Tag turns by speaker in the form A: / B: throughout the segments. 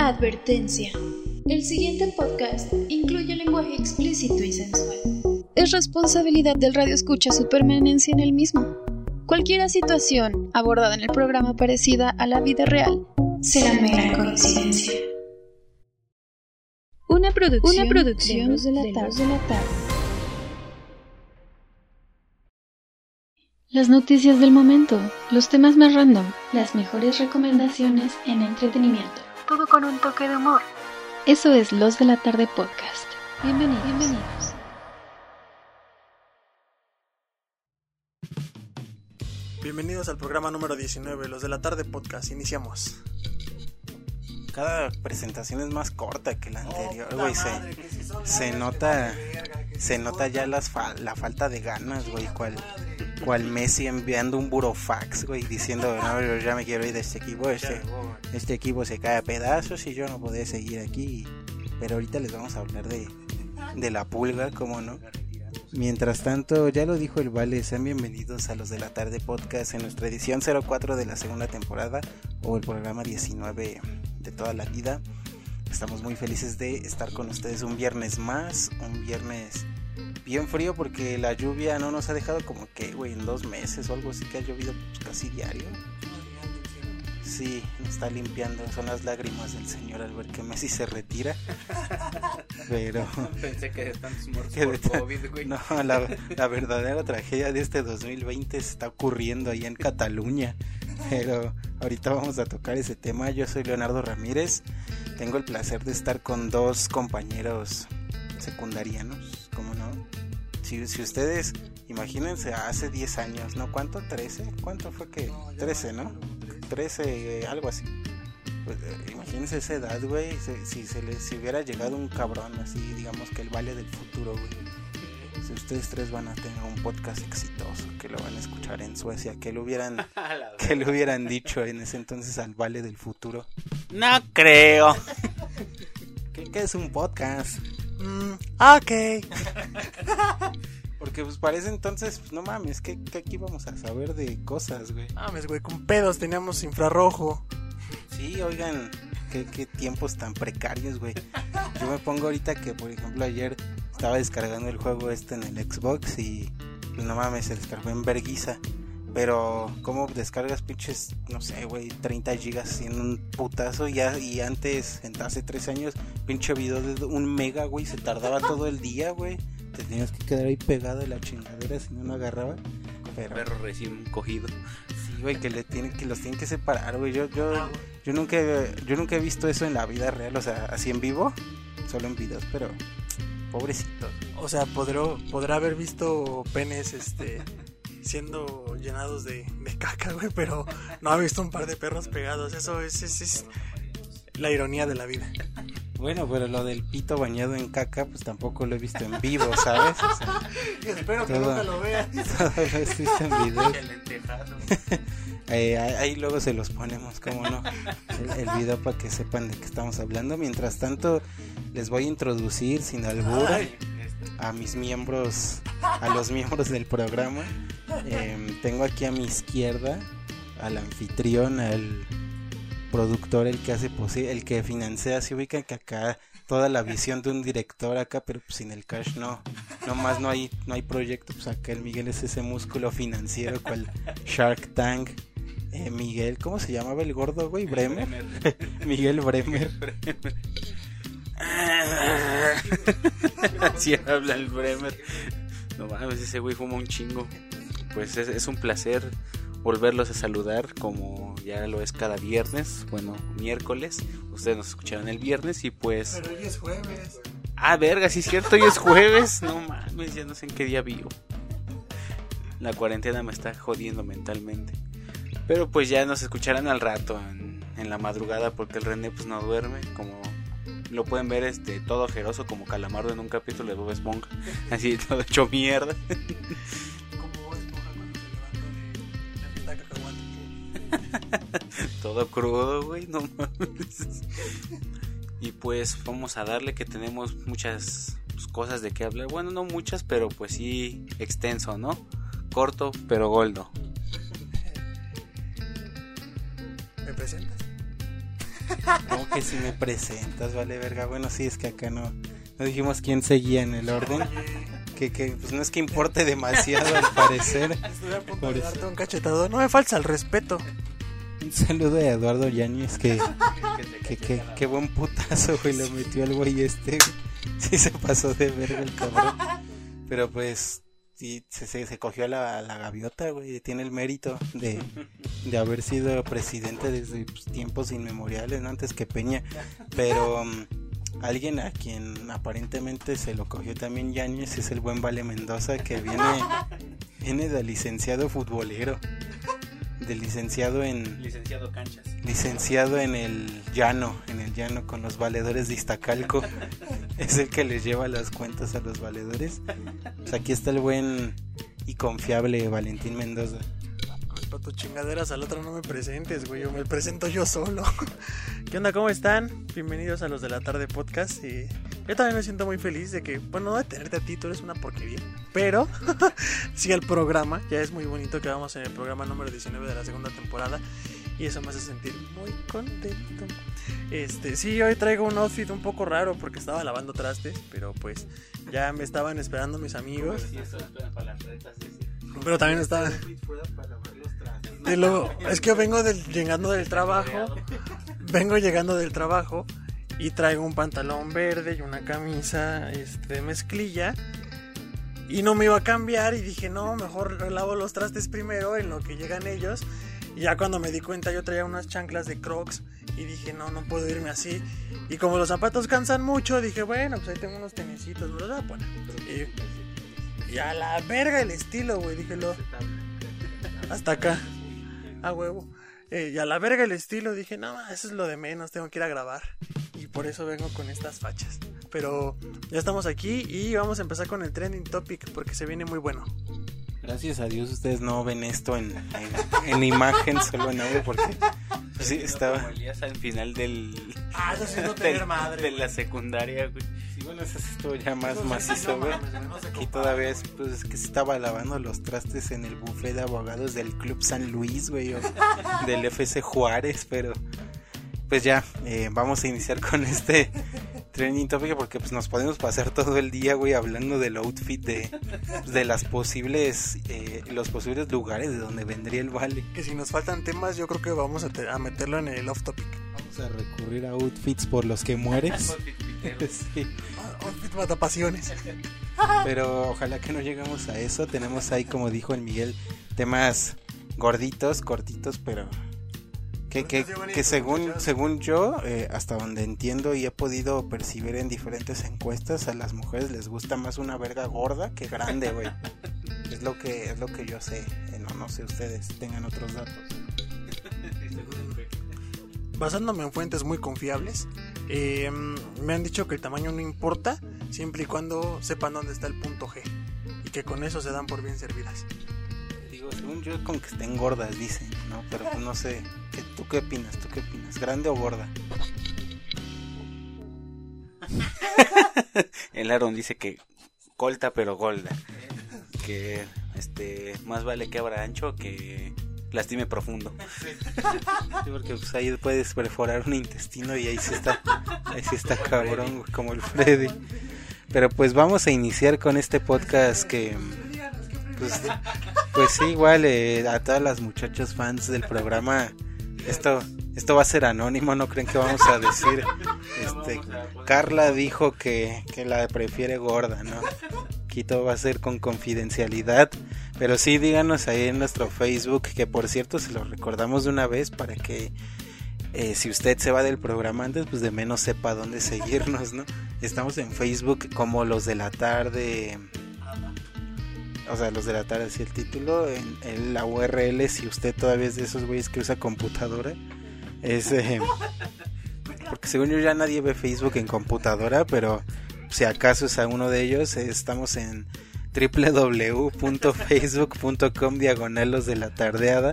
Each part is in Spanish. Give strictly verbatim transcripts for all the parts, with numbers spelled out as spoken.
A: Advertencia. El siguiente podcast incluye lenguaje explícito y sensual. Es responsabilidad del radioescucha su permanencia en el mismo. Cualquier situación abordada en el programa parecida a la vida real será mera coincidencia. Una producción, Una producción de, los de, la de los de la tarde. Las noticias del momento, los temas más random, las mejores recomendaciones en entretenimiento. Todo con un toque de humor. Eso es Los de la Tarde Podcast. Bienvenidos. Bienvenidos.
B: Bienvenidos al programa número diecinueve, Los de la Tarde Podcast. Iniciamos.
C: Cada presentación es más corta que la anterior, güey.
B: Oh,
C: se, se nota, se nota ya las fa- la falta de ganas, güey. Cual, cual Messi enviando un burofax, güey, diciendo, no, yo ya me quiero ir de este equipo. Este, este equipo se cae a pedazos y yo no podré seguir aquí. Pero ahorita les vamos a hablar de, de la pulga, ¿cómo no? Mientras tanto, ya lo dijo el Vale, sean bienvenidos a Los de la Tarde Podcast en nuestra edición cero cuatro de la segunda temporada, o el programa diecinueve de toda la vida. Estamos muy felices de estar con ustedes un viernes más, un viernes bien frío porque la lluvia no nos ha dejado como que, güey, en dos meses o algo así, que ha llovido pues, casi diario. Sí, nos está limpiando, son las lágrimas del señor al ver que Messi se retira. Pero
D: pensé que de tantos muertos
C: que
D: por
C: de ta-
D: COVID, güey.
C: No, la, la verdadera tragedia de este dos mil veinte se está ocurriendo ahí en Cataluña. Pero ahorita vamos a tocar ese tema. Yo soy Leonardo Ramírez. Tengo el placer de estar con dos compañeros secundarianos, ¿cómo no? Si, si ustedes, imagínense, hace diez años, ¿no? ¿Cuánto? ¿trece? ¿Cuánto fue que? trece, ¿no? trece, algo así. Pues, eh, imagínense esa edad, güey. Si, si se les si hubiera llegado un cabrón así, digamos que el Vale del futuro, güey. Si ustedes tres van a tener un podcast exitoso, que lo van a escuchar en Suecia, que lo hubieran, que le hubieran dicho en ese entonces al Vale del futuro. No creo. ¿Qué, qué es un podcast? Mm, ok. Porque pues para ese entonces, pues, no mames, que, que aquí vamos a saber de cosas, güey.
B: Mames, güey, con pedos teníamos infrarrojo.
C: Sí, oigan, qué, qué tiempos tan precarios, güey. Yo me pongo ahorita que, por ejemplo, ayer estaba descargando el juego este en el Xbox y pues no mames, se descargó en verguiza. Pero ¿cómo descargas pinches, no sé, güey, treinta gigas en un putazo? Y, ya, y antes, hace tres años, pinche video de un mega, güey, se tardaba todo el día, güey. Te tenías que quedar ahí pegado de la chingadera si no, no agarraba. Pero
D: perro recién cogido.
C: Sí, güey, que le tienen que los tienen que separar, güey. Yo yo yo nunca yo nunca he visto eso en la vida real, o sea, así en vivo, solo en videos, pero pobrecito.
B: O sea, podrá, podrá haber visto penes este siendo llenados de, de caca, güey, pero no ha visto un par de perros pegados. Eso es, es, es la ironía de la vida.
C: Bueno, pero lo del pito bañado en caca, pues tampoco lo he visto en vivo, ¿sabes? O sea,
B: espero que
C: todo,
B: nunca lo veas.
C: Todo lo he visto en video.
D: El lentejado.
C: eh, ahí luego se los ponemos, ¿cómo no? El, el video para que sepan de qué estamos hablando. Mientras tanto, les voy a introducir sin albur a mis miembros, a los miembros del programa. Eh, tengo aquí a mi izquierda al anfitrión, al productor, el que hace posible, el que financia. Se ubican que acá toda la visión de un director acá, pero pues sin el cash no, nomás no hay, no hay proyecto. Pues acá el Miguel es ese músculo financiero cual Shark Tank. Eh, Miguel, ¿cómo se llamaba el gordo, güey? Bremer. Miguel Bremer.
D: Así habla el Bremer. No mames, ese güey fuma un chingo. Pues es, es un placer volverlos a saludar, como ya lo es cada viernes, bueno, miércoles. Ustedes nos escucharán el viernes y pues...
B: Pero hoy es jueves.
D: Ah, verga, sí es cierto, hoy es jueves. No mames, ya no sé en qué día vivo. La cuarentena me está jodiendo mentalmente. Pero pues ya nos escucharán al rato, en, en la madrugada, porque el René pues no duerme, como... Lo pueden ver este todo ojeroso como Calamardo en un capítulo de Bob Esponja. Así todo hecho mierda. Todo crudo, güey, no mames. Y pues vamos a darle, que tenemos muchas pues, cosas de qué hablar. Bueno, no muchas, pero pues sí extenso, ¿no? Corto, pero goldo.
B: ¿Me presentas?
C: ¿Cómo que si me presentas, vale verga? Bueno, sí, es que acá no, no dijimos quién seguía en el orden. Que, que pues no es que importe demasiado al parecer.
B: Estoy a punto de darte un cachetado. No me falta el respeto.
C: Un saludo a Eduardo Yáñez, que que, que, que buen putazo, güey, lo metió al güey este, güey. Sí se pasó de verga el cabrón. Pero pues sí, se, se, se cogió a la, a la gaviota, güey. Tiene el mérito de, de haber sido presidente desde pues, tiempos inmemoriales, ¿no? Antes que Peña. Pero um, alguien a quien aparentemente se lo cogió también Yáñez es el buen Vale Mendoza, que viene, viene de licenciado futbolero. De licenciado en...
D: Licenciado canchas.
C: Licenciado en el llano, en el llano con los valedores de Iztacalco. Es el que les lleva las cuentas a los valedores. Pues aquí está el buen y confiable Valentín Mendoza.
B: Para tus chingaderas al otro no me presentes, güey, yo me presento yo solo. ¿Qué onda? ¿Cómo están? Bienvenidos a los de la tarde podcast. Y yo también me siento muy feliz de que, bueno, no de tenerte a ti, tú eres una porquería, pero sigue el programa. Ya es muy bonito que vamos en el programa número diecinueve de la segunda temporada y eso me hace sentir muy contento. Este, sí, hoy traigo un outfit un poco raro porque estaba lavando trastes, pero pues ya me estaban esperando mis amigos. Pero también estaban... Y luego, es que yo vengo del, llegando del trabajo, vengo llegando del trabajo y traigo un pantalón verde y una camisa este, de mezclilla y no me iba a cambiar y dije no, mejor lavo los trastes primero en lo que llegan ellos. Y ya cuando me di cuenta yo traía unas chanclas de Crocs y dije no, no puedo irme así. Y como los zapatos cansan mucho, dije bueno, pues ahí tengo unos tenisitos, me los voy a poner. Y, y a la verga el estilo, güey, dije lo, hasta acá. A huevo. Eh, y a la verga el estilo, dije, no, eso es lo de menos, tengo que ir a grabar. Y por eso vengo con estas fachas. Pero ya estamos aquí y vamos a empezar con el trending topic porque se viene muy bueno.
C: Gracias a Dios ustedes no ven esto en, en, en imagen, solo en audio, porque pues, sí, estaba...
D: Como Elías al final del...
B: Ah, eso sí no tener
D: del,
B: madre,
D: de
B: güey.
D: La secundaria, güey.
C: Sí, bueno, eso sí estuvo ya más
B: Eso sí,
C: macizo,
B: no
C: güey.
B: mames, güey, no se
C: Aquí
B: compara.
C: todavía es, pues, es que se estaba lavando los trastes en el buffet de abogados del Club San Luis, güey, o del F C Juárez, pero pues ya, eh, vamos a iniciar con este trending topic porque pues nos podemos pasar todo el día, güey, hablando del outfit de, de las posibles, eh, los posibles lugares de donde vendría el Vale.
B: Que si nos faltan temas yo creo que vamos a, te- a meterlo en el off topic.
C: Vamos a recurrir a outfits por los que mueres. Sí.
B: Outfit matapasiones.
C: Pero ojalá que no lleguemos a eso. Tenemos ahí, como dijo el Miguel, temas gorditos, cortitos, pero que, que, que según, según yo, eh, hasta donde entiendo y he podido percibir en diferentes encuestas, a las mujeres les gusta más una verga gorda que grande, güey. Es lo que, es lo que yo sé. Eh, no, no sé ustedes si tengan otros datos.
B: Basándome en fuentes muy confiables, eh, me han dicho que el tamaño no importa siempre y cuando sepan dónde está el punto G y que con eso se dan por bien servidas.
C: Digo, según yo, con que estén gordas, dicen, ¿no? Pero pues no sé. ¿Qué, ¿Tú qué opinas? ¿Tú qué opinas? ¿Grande o gorda?
D: El Aaron dice que colta pero golda. Que este más vale que abra ancho que lastime profundo.
C: Sí, porque pues ahí puedes perforar un intestino y ahí sí está, ahí sí está cabrón, güey, como el Freddy. Pero pues vamos a iniciar con este podcast que pues, pues sí, igual eh, a todas las muchachas fans del programa, esto esto va a ser anónimo, no creen que vamos a decir este Carla dijo que, que la prefiere gorda, ¿no? Aquí todo va a ser con confidencialidad, pero sí díganos ahí en nuestro Facebook, que por cierto se lo recordamos de una vez para que eh, si usted se va del programa antes, pues de menos sepa dónde seguirnos, ¿no? Estamos en Facebook como Los de la Tarde, o sea, Los de la Tarde, así el título, en, en la U R L, si usted todavía es de esos güeyes que usa computadora, es... Eh, porque según yo ya nadie ve Facebook en computadora, pero si acaso es a uno de ellos, estamos en doble u doble u doble u punto facebook punto com diagonal Los de la Tardeada.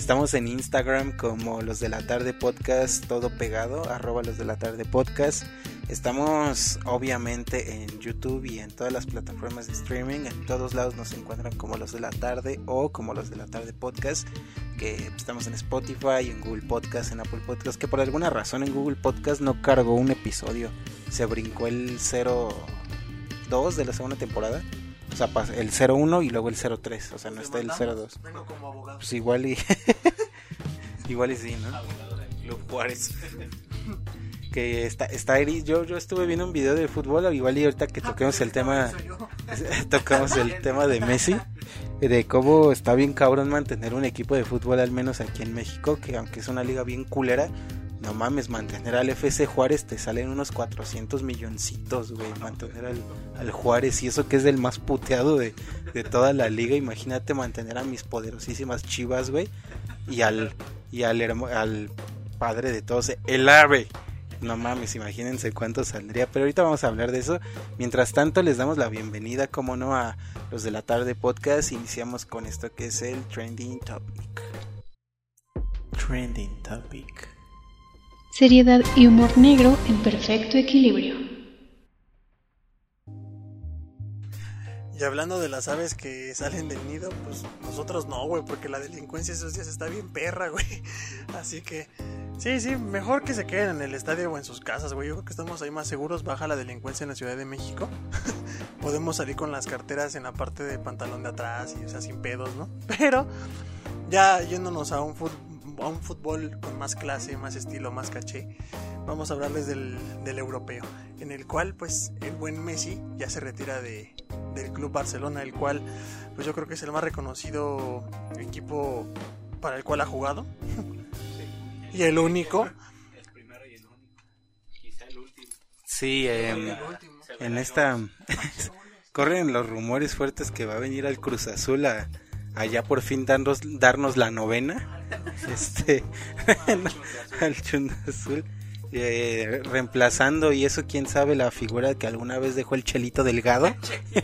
C: Estamos en Instagram como Los de la Tarde Podcast, todo pegado, arroba Los de la Tarde Podcast. Estamos obviamente en YouTube y en todas las plataformas de streaming. En todos lados nos encuentran como Los de la Tarde o como Los de la Tarde Podcast. Que estamos en Spotify, en Google Podcast, en Apple Podcast. Que por alguna razón en Google Podcast no cargó un episodio. Se brincó el cero dos de la segunda temporada. O sea, el cero uno y luego el cero tres. O sea, no está el cero dos.
B: Vengo como abogado.
C: Pues igual y... igual y sí, ¿no?
D: Abogado del Club Juárez.
C: Que está, está yo, yo estuve viendo un video de fútbol, igual y ahorita que toquemos el tema, tocamos el tema de Messi, de cómo está bien cabrón mantener un equipo de fútbol, al menos aquí en México, que aunque es una liga bien culera, no mames, mantener al F C Juárez te salen unos cuatrocientos milloncitos, güey, mantener al, al Juárez, y eso que es del más puteado de, de toda la liga. Imagínate mantener a mis poderosísimas Chivas, güey, y al, y al, hermo, al padre de todos, el Ave. No mames, imagínense cuánto saldría. Pero ahorita vamos a hablar de eso. Mientras tanto, les damos la bienvenida, como no, a Los de la Tarde Podcast. Iniciamos con esto que es el Trending Topic. Trending Topic.
A: Seriedad y humor negro en perfecto equilibrio.
B: Y hablando de las aves que salen del nido, pues nosotros no, güey, porque la delincuencia esos días está bien perra, güey. Así que, sí, sí, mejor que se queden en el estadio o en sus casas, güey. Yo creo que estamos ahí más seguros, baja la delincuencia en la Ciudad de México. Podemos salir con las carteras en la parte de pantalón de atrás y, o sea, sin pedos, ¿no? Pero, ya yéndonos a un fútbol, a un fútbol con más clase, más estilo, más caché, vamos a hablarles del, del europeo, en el cual, pues, el buen Messi ya se retira de... del Club Barcelona, el cual pues yo creo que es el más reconocido equipo para el cual ha jugado. Sí. Y el único.
D: El primero y el único. Quizá el último.
C: Sí, eh, en esta corren los rumores fuertes que va a venir al Cruz Azul a allá por fin darnos, darnos la novena. Este al Chunda Azul. Eh, reemplazando, y eso quién sabe, la figura que alguna vez dejó el Chelito Delgado.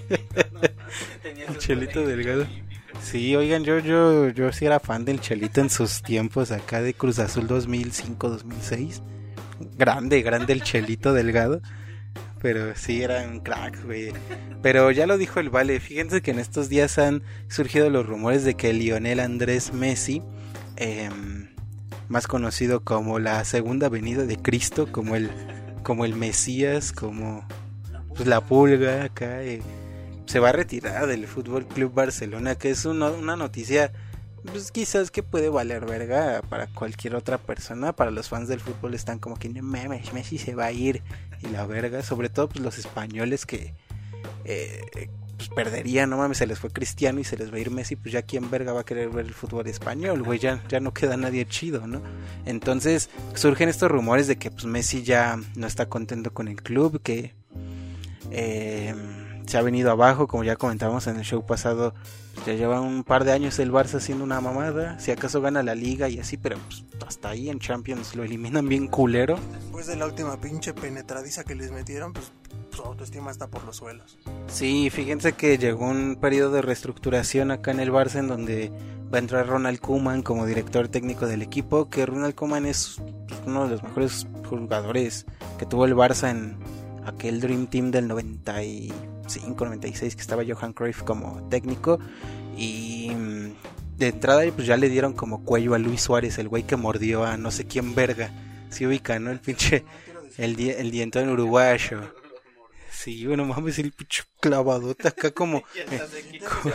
C: El Chelito Delgado. Sí, oigan, yo yo yo sí era fan del Chelito en sus tiempos acá de Cruz Azul dos mil cinco dos mil seis. Grande, grande el Chelito Delgado. Pero sí, era un crack, güey. Pero ya lo dijo el Vale, fíjense que en estos días han surgido los rumores de que Lionel Andrés Messi, eh, más conocido como la segunda venida de Cristo, como el como el Mesías, como pues, la pulga acá, eh, se va a retirar del Fútbol Club Barcelona, que es una, una noticia pues quizás que puede valer verga para cualquier otra persona. Para los fans del fútbol están como que no mames, Messi se va a ir y la verga, sobre todo pues los españoles que eh, pues perderían, no mames, se les fue Cristiano y se les va a ir Messi, pues ya quién verga va a querer ver el fútbol español, güey, ya, ya no queda nadie chido, ¿no? Entonces surgen estos rumores de que pues Messi ya no está contento con el club, que eh, se ha venido abajo, como ya comentábamos en el show pasado, pues ya lleva un par de años el Barça haciendo una mamada, si acaso gana la liga y así, pero pues hasta ahí en Champions lo eliminan bien culero.
B: Después de la última pinche penetradiza que les metieron, pues su autoestima está por los suelos.
C: Sí, fíjense que llegó un periodo de reestructuración acá en el Barça en donde va a entrar Ronald Koeman como director técnico del equipo, que Ronald Koeman es uno de los mejores jugadores que tuvo el Barça en aquel Dream Team del noventa y cinco noventa y seis que estaba Johan Cruyff como técnico, y de entrada pues ya le dieron como cuello a Luis Suárez, el güey que mordió a no sé quién verga, si ubica, ¿no? El pinche el, di- el dientón uruguayo. Sí, bueno, mames, el pinche clavadota acá como... Eh, como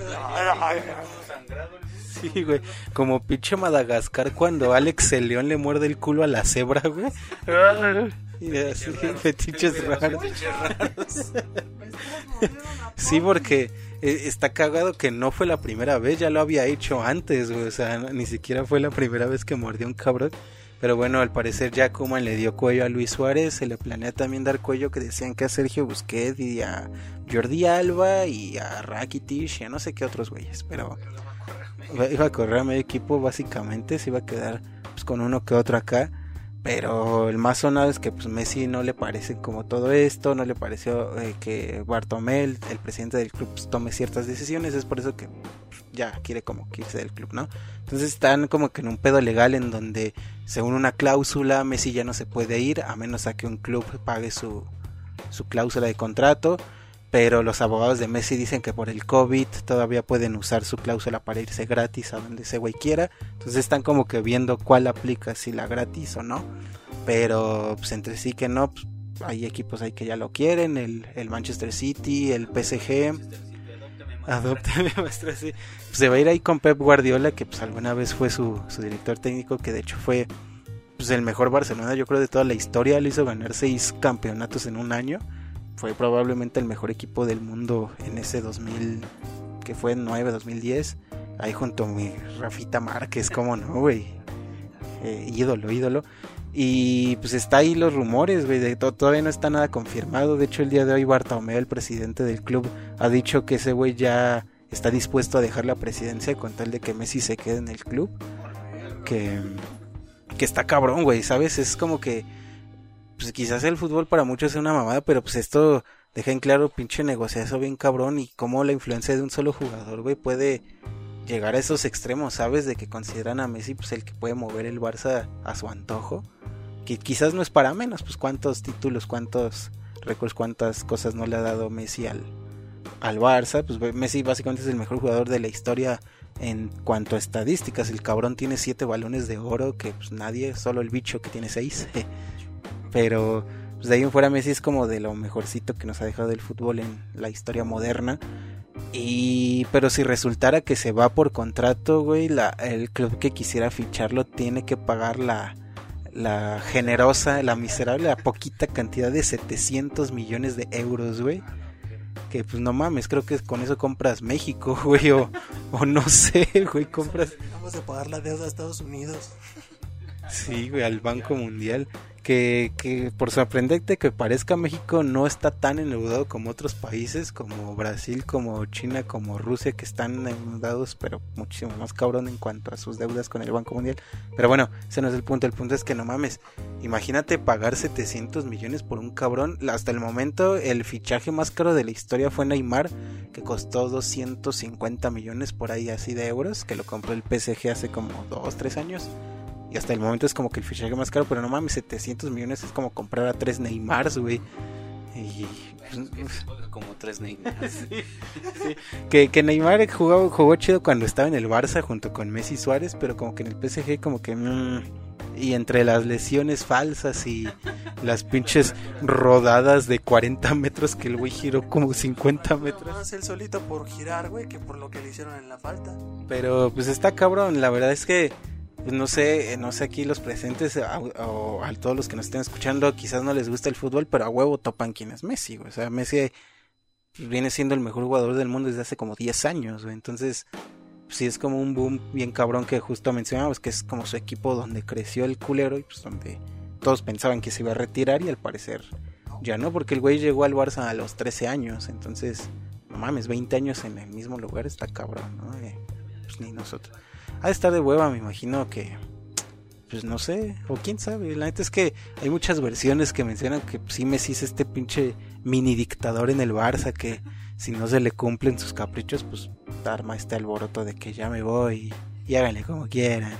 C: sí, güey, como pinche Madagascar cuando Alex el león le muerde el culo a la cebra, güey. Y así, fetiches raros. Sí, porque eh, está cagado que no fue la primera vez, ya lo había hecho antes, güey, o sea, no, ni siquiera fue la primera vez que mordió un cabrón. Pero bueno, al parecer ya Koeman le dio cuello a Luis Suárez, se le planea también dar cuello, que decían que a Sergio Busquets y a Jordi Alba y a Rakitic y a no sé qué otros güeyes, pero iba a correr a medio equipo básicamente, se iba a quedar pues con uno que otro acá. Pero el más sonado es que pues Messi no le parece como todo esto, no le pareció eh, que Bartomeu, el, el presidente del club, pues, tome ciertas decisiones, es por eso que pues, ya quiere como que irse del club, ¿no? Entonces están como que en un pedo legal en donde según una cláusula Messi ya no se puede ir a menos a que un club pague su, su cláusula de contrato, pero los abogados de Messi dicen que por el COVID todavía pueden usar su cláusula para irse gratis a donde ese güey quiera, entonces están como que viendo cuál aplica, si la gratis o no, pero pues entre sí que no, pues, hay equipos ahí que ya lo quieren, el, el Manchester City, el P S G, adóptame maestro, sí. Pues se va a ir ahí con Pep Guardiola, que pues alguna vez fue su, su director técnico, que de hecho fue pues el mejor Barcelona yo creo de toda la historia, le hizo ganar seis campeonatos en un año, fue probablemente el mejor equipo del mundo en ese dos mil, que fue nueve, dos mil diez, ahí junto a mi Rafita Márquez, cómo no, güey, eh, ídolo, ídolo. Y pues está ahí los rumores, güey, de to- todavía no está nada confirmado. De hecho el día de hoy Bartomeu, el presidente del club, ha dicho que ese güey ya está dispuesto a dejar la presidencia con tal de que Messi se quede en el club. Que, que está cabrón, güey, ¿sabes? Es como que pues quizás el fútbol para muchos es una mamada, pero pues esto deja en claro pinche negociazo bien cabrón y cómo la influencia de un solo jugador, güey, puede llegar a esos extremos, ¿sabes? De que consideran a Messi pues el que puede mover el Barça a su antojo. Que quizás no es para menos, pues cuántos títulos, cuántos récords, cuántas cosas no le ha dado Messi al, al Barça. Pues Messi básicamente es el mejor jugador de la historia en cuanto a estadísticas. El cabrón tiene siete balones de oro, que pues nadie, solo el bicho que tiene seis. Pero pues de ahí en fuera Messi es como de lo mejorcito que nos ha dejado el fútbol en la historia moderna. Y pero si resultara que se va por contrato, güey, la, el club que quisiera ficharlo tiene que pagar la la generosa, la miserable, la poquita cantidad de setecientos millones de euros, güey. Que pues no mames, creo que con eso compras México, güey, o, o no sé, güey, compras...
B: Vamos a pagar la deuda a Estados Unidos.
C: Sí, güey, al Banco Mundial. Que, que por sorprendente que parezca, México no está tan endeudado como otros países, como Brasil, como China, como Rusia, que están endeudados, pero muchísimo más cabrón en cuanto a sus deudas con el Banco Mundial. Pero bueno, ese no es el punto, el punto es que no mames, imagínate pagar setecientos millones por un cabrón. Hasta el momento el fichaje más caro de la historia fue Neymar, que costó doscientos cincuenta millones por ahí así de euros, que lo compró el P S G hace como dos, tres años. Y hasta el momento es como que el fichaje más caro, pero no mames, setecientos millones es como comprar a tres Neymars, güey. Y
D: pues, como tres Neymar.
C: sí, sí. Que, que Neymar jugó, jugó chido cuando estaba en el Barça junto con Messi y Suárez, pero como que en el P S G como que mmm, y entre las lesiones falsas y las pinches rodadas de cuarenta metros que el güey giró como cincuenta metros.
B: No, más el solito por girar, güey, que por lo que le hicieron en la falta.
C: Pero pues está cabrón, la verdad es que pues no sé, no sé aquí los presentes a, o a todos los que nos estén escuchando, quizás no les gusta el fútbol, pero a huevo topan quién es Messi, güey. O sea, Messi viene siendo el mejor jugador del mundo desde hace como diez años, güey. Entonces, pues, sí es como un boom bien cabrón que justo mencionamos, que es como su equipo donde creció el culero y pues donde todos pensaban que se iba a retirar y al parecer ya no, porque el güey llegó al Barça a los trece años, entonces, no mames, veinte años en el mismo lugar está cabrón, ¿no? Eh, pues ni nosotros. Ha de estar de hueva, me imagino que, pues no sé, o quién sabe. La neta es que hay muchas versiones que mencionan que sí Messi es este pinche mini dictador en el Barça, que si no se le cumplen sus caprichos, pues arma este alboroto de que ya me voy y háganle como quieran.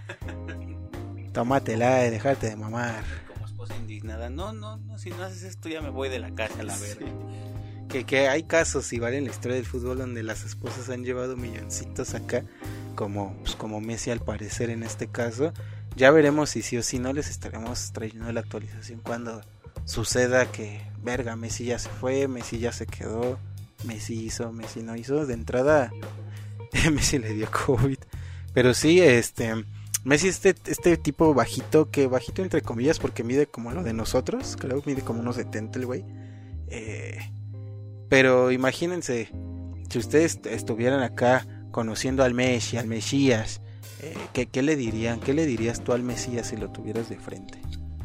C: Tómatela y dejarte de mamar.
D: Como esposa indignada, no, no, no, si no haces esto ya me voy de la casa, la verga.
C: Sí. Que, que hay casos igual en la historia del fútbol donde las esposas han llevado milloncitos acá, como, pues, como Messi al parecer en este caso. Ya veremos si sí o si no, les estaremos trayendo la actualización cuando suceda que, verga, Messi ya se fue, Messi ya se quedó, Messi hizo, Messi no hizo. De entrada, Messi le dio COVID. Pero sí, este, Messi este, este tipo bajito, que bajito entre comillas porque mide como lo de nosotros, creo que mide como unos setenta el güey. Eh... Pero imagínense, si ustedes estuvieran acá conociendo al Messi, al Mesías, eh, ¿qué, ¿qué le dirían? ¿Qué le dirías tú al Mesías si lo tuvieras de frente?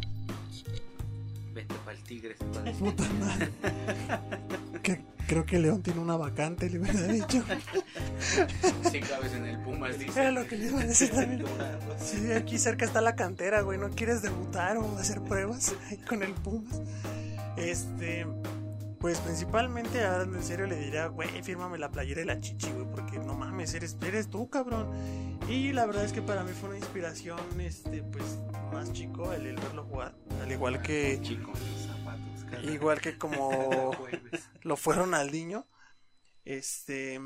D: Vete pa'l Tigres.
B: Puta madre. Que, creo que León tiene una vacante, le hubiera dicho.
D: Si cabes en el Pumas, dice.
B: Era lo que le iba a decir también. Sí, aquí cerca está la cantera, güey. ¿No quieres debutar o hacer pruebas ahí con el Pumas? Este... Pues principalmente, hablando en serio, le diría, güey, fírmame la playera y la chichi, güey, porque no mames, eres, eres tú, cabrón. Y la verdad es que para mí fue una inspiración, este, pues, más chico el, el verlo jugar, al igual que...
D: Chico, los zapatos, cara.
B: Igual que como lo fue Ronaldinho, este...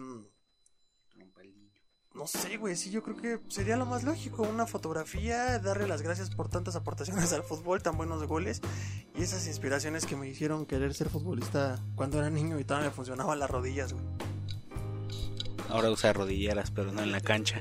B: No sé, güey, sí, yo creo que sería lo más lógico, una fotografía, darle las gracias por tantas aportaciones al fútbol, tan buenos goles y esas inspiraciones que me hicieron querer ser futbolista cuando era niño y todavía me funcionaban las rodillas, güey.
D: Ahora usa rodilleras, pero no en la cancha.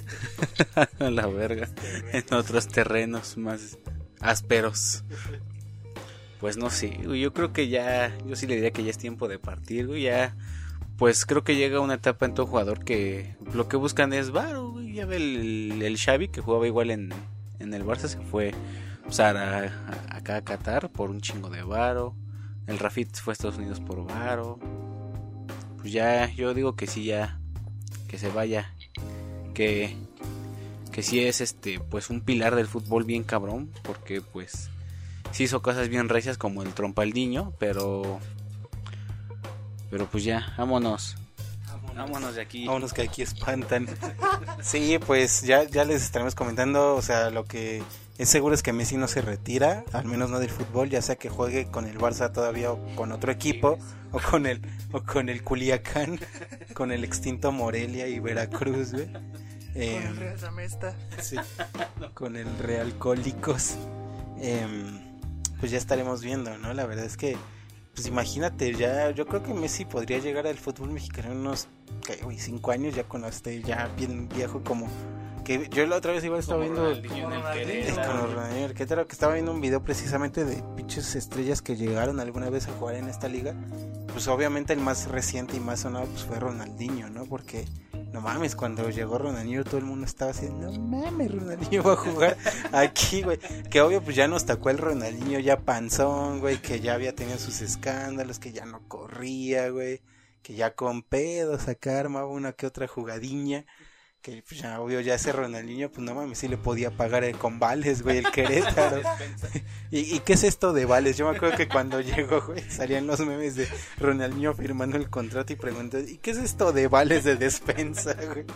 D: A la verga. En otros terrenos más ásperos. Pues no sé, güey, yo creo que ya, yo sí le diría que ya es tiempo de partir, güey, ya... Pues creo que llega una etapa en todo jugador que lo que buscan es varo, güey. Ya ve el, el Xavi que jugaba igual en, en el Barça, se fue pues, a, a, acá a Qatar por un chingo de varo. El Rafit fue a Estados Unidos por varo. Pues ya, yo digo que sí, ya, que se vaya. Que, que sí es este, pues un pilar del fútbol bien cabrón, porque pues sí hizo cosas bien recias como el Trompaldiño, pero... Pero pues ya, vámonos. Vámonos, vámonos de aquí.
C: Vámonos que aquí espantan. Sí, pues ya, ya les estaremos comentando. O sea, lo que es seguro es que Messi no se retira, al menos no del fútbol, ya sea que juegue con el Barça todavía o con otro equipo, o con el, o con el Culiacán, con el extinto Morelia y Veracruz, güey. Eh,
B: con el Real Zamesta.
C: Sí, con el Real Cólicos. Eh, pues ya estaremos viendo, ¿no? La verdad es que pues imagínate, ya yo creo que Messi podría llegar al fútbol mexicano en unos ¿qué, güey, cinco años, ya cuando esté ya bien viejo, como que yo la otra vez iba a estar viendo
D: Ronaldinho en el Querétaro.
C: que estaba viendo un video precisamente de pinches estrellas que llegaron alguna vez a jugar en esta liga. Pues obviamente el más reciente y más sonado pues fue Ronaldinho, ¿no? Porque no mames, cuando llegó Ronaldinho todo el mundo estaba así, no mames, Ronaldinho va a jugar aquí, güey. Que obvio pues ya nos tocó el Ronaldinho ya panzón, güey, que ya había tenido sus escándalos, que ya no corría, güey, que ya con pedos acá armaba una que otra jugadinha. Que pues ya obvio ya ese Ronaldinho pues no mames sí le podía pagar el, con vales, güey, el Querétaro. ¿Y, ¿Y qué es esto de vales? Yo me acuerdo que cuando llegó, güey, salían los memes de Ronaldinho firmando el contrato y preguntó, ¿y qué es esto de vales de despensa, güey?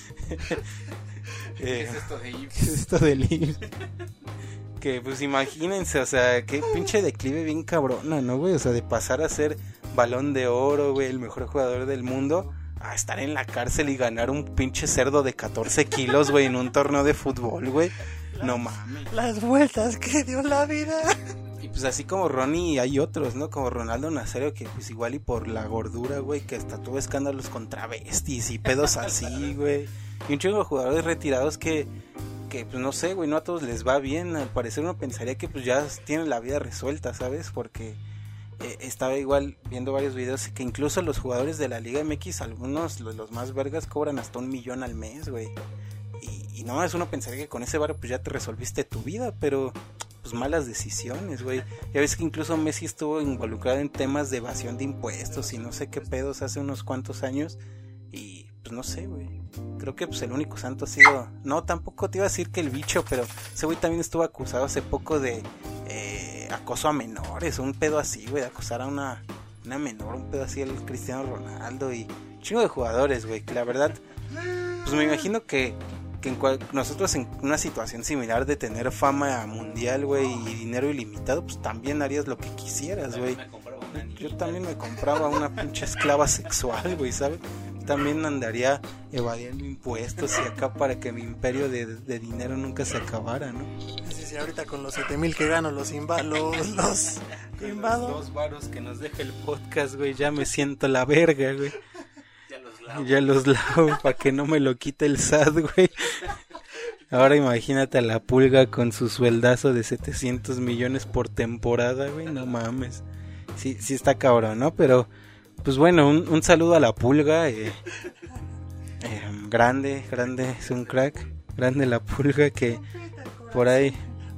D: ¿Qué es esto de I M S S?
C: ¿Qué es esto del I M S S? Que pues imagínense, o sea, qué pinche declive bien cabrona, ¿no, güey? O sea, de pasar a ser Balón de Oro, güey, el mejor jugador del mundo, a estar en la cárcel y ganar un pinche cerdo de catorce kilos, güey, en un torneo de fútbol, güey. No mames.
B: Las vueltas que dio la vida.
C: Y pues así como Ronnie hay otros, ¿no? Como Ronaldo Nazario, que pues igual y por la gordura, güey, que hasta tuvo escándalos con travestis y pedos así, güey. Y un chingo de jugadores retirados que, que pues no sé, güey, no a todos les va bien. Al parecer uno pensaría que pues ya tienen la vida resuelta, ¿sabes? Porque... Eh, estaba igual viendo varios videos que incluso los jugadores de la Liga M X, algunos, los, los más vergas, cobran hasta un millón al mes, güey. Y, y no más uno pensaría que con ese varo pues ya te resolviste tu vida, pero pues malas decisiones, güey. Ya ves que incluso Messi estuvo involucrado en temas de evasión de impuestos y no sé qué pedos hace unos cuantos años. Y pues no sé, güey. Creo que pues el único santo ha sido... No, tampoco te iba a decir que el bicho, pero ese güey también estuvo acusado hace poco de... Eh, acoso a menores, un pedo así, güey, de acosar a una, una menor, un pedo así al Cristiano Ronaldo y un chingo de jugadores, güey, que la verdad, pues me imagino que, que en cual, nosotros en una situación similar de tener fama mundial, güey, y dinero ilimitado, pues también harías lo que quisieras, güey. Yo también me compraba una pinche esclava sexual, güey, ¿sabes? También andaría evadiendo impuestos y acá para que mi imperio de, de dinero nunca se acabara, ¿no?
B: Sí, sí, ahorita con los siete mil que gano los inva los, los invado.
C: Los dos varos que nos deja el podcast, güey, ya me siento la verga, güey.
D: Ya los lavo.
C: Ya los lavo para que no me lo quite el S A T, güey. Ahora imagínate a la Pulga con su sueldazo de setecientos millones por temporada, güey, no mames. Sí, sí está cabrón, ¿no? Pero... Pues bueno, un, un saludo a la Pulga, eh, eh, grande, grande, es un crack, grande la Pulga que por ahí,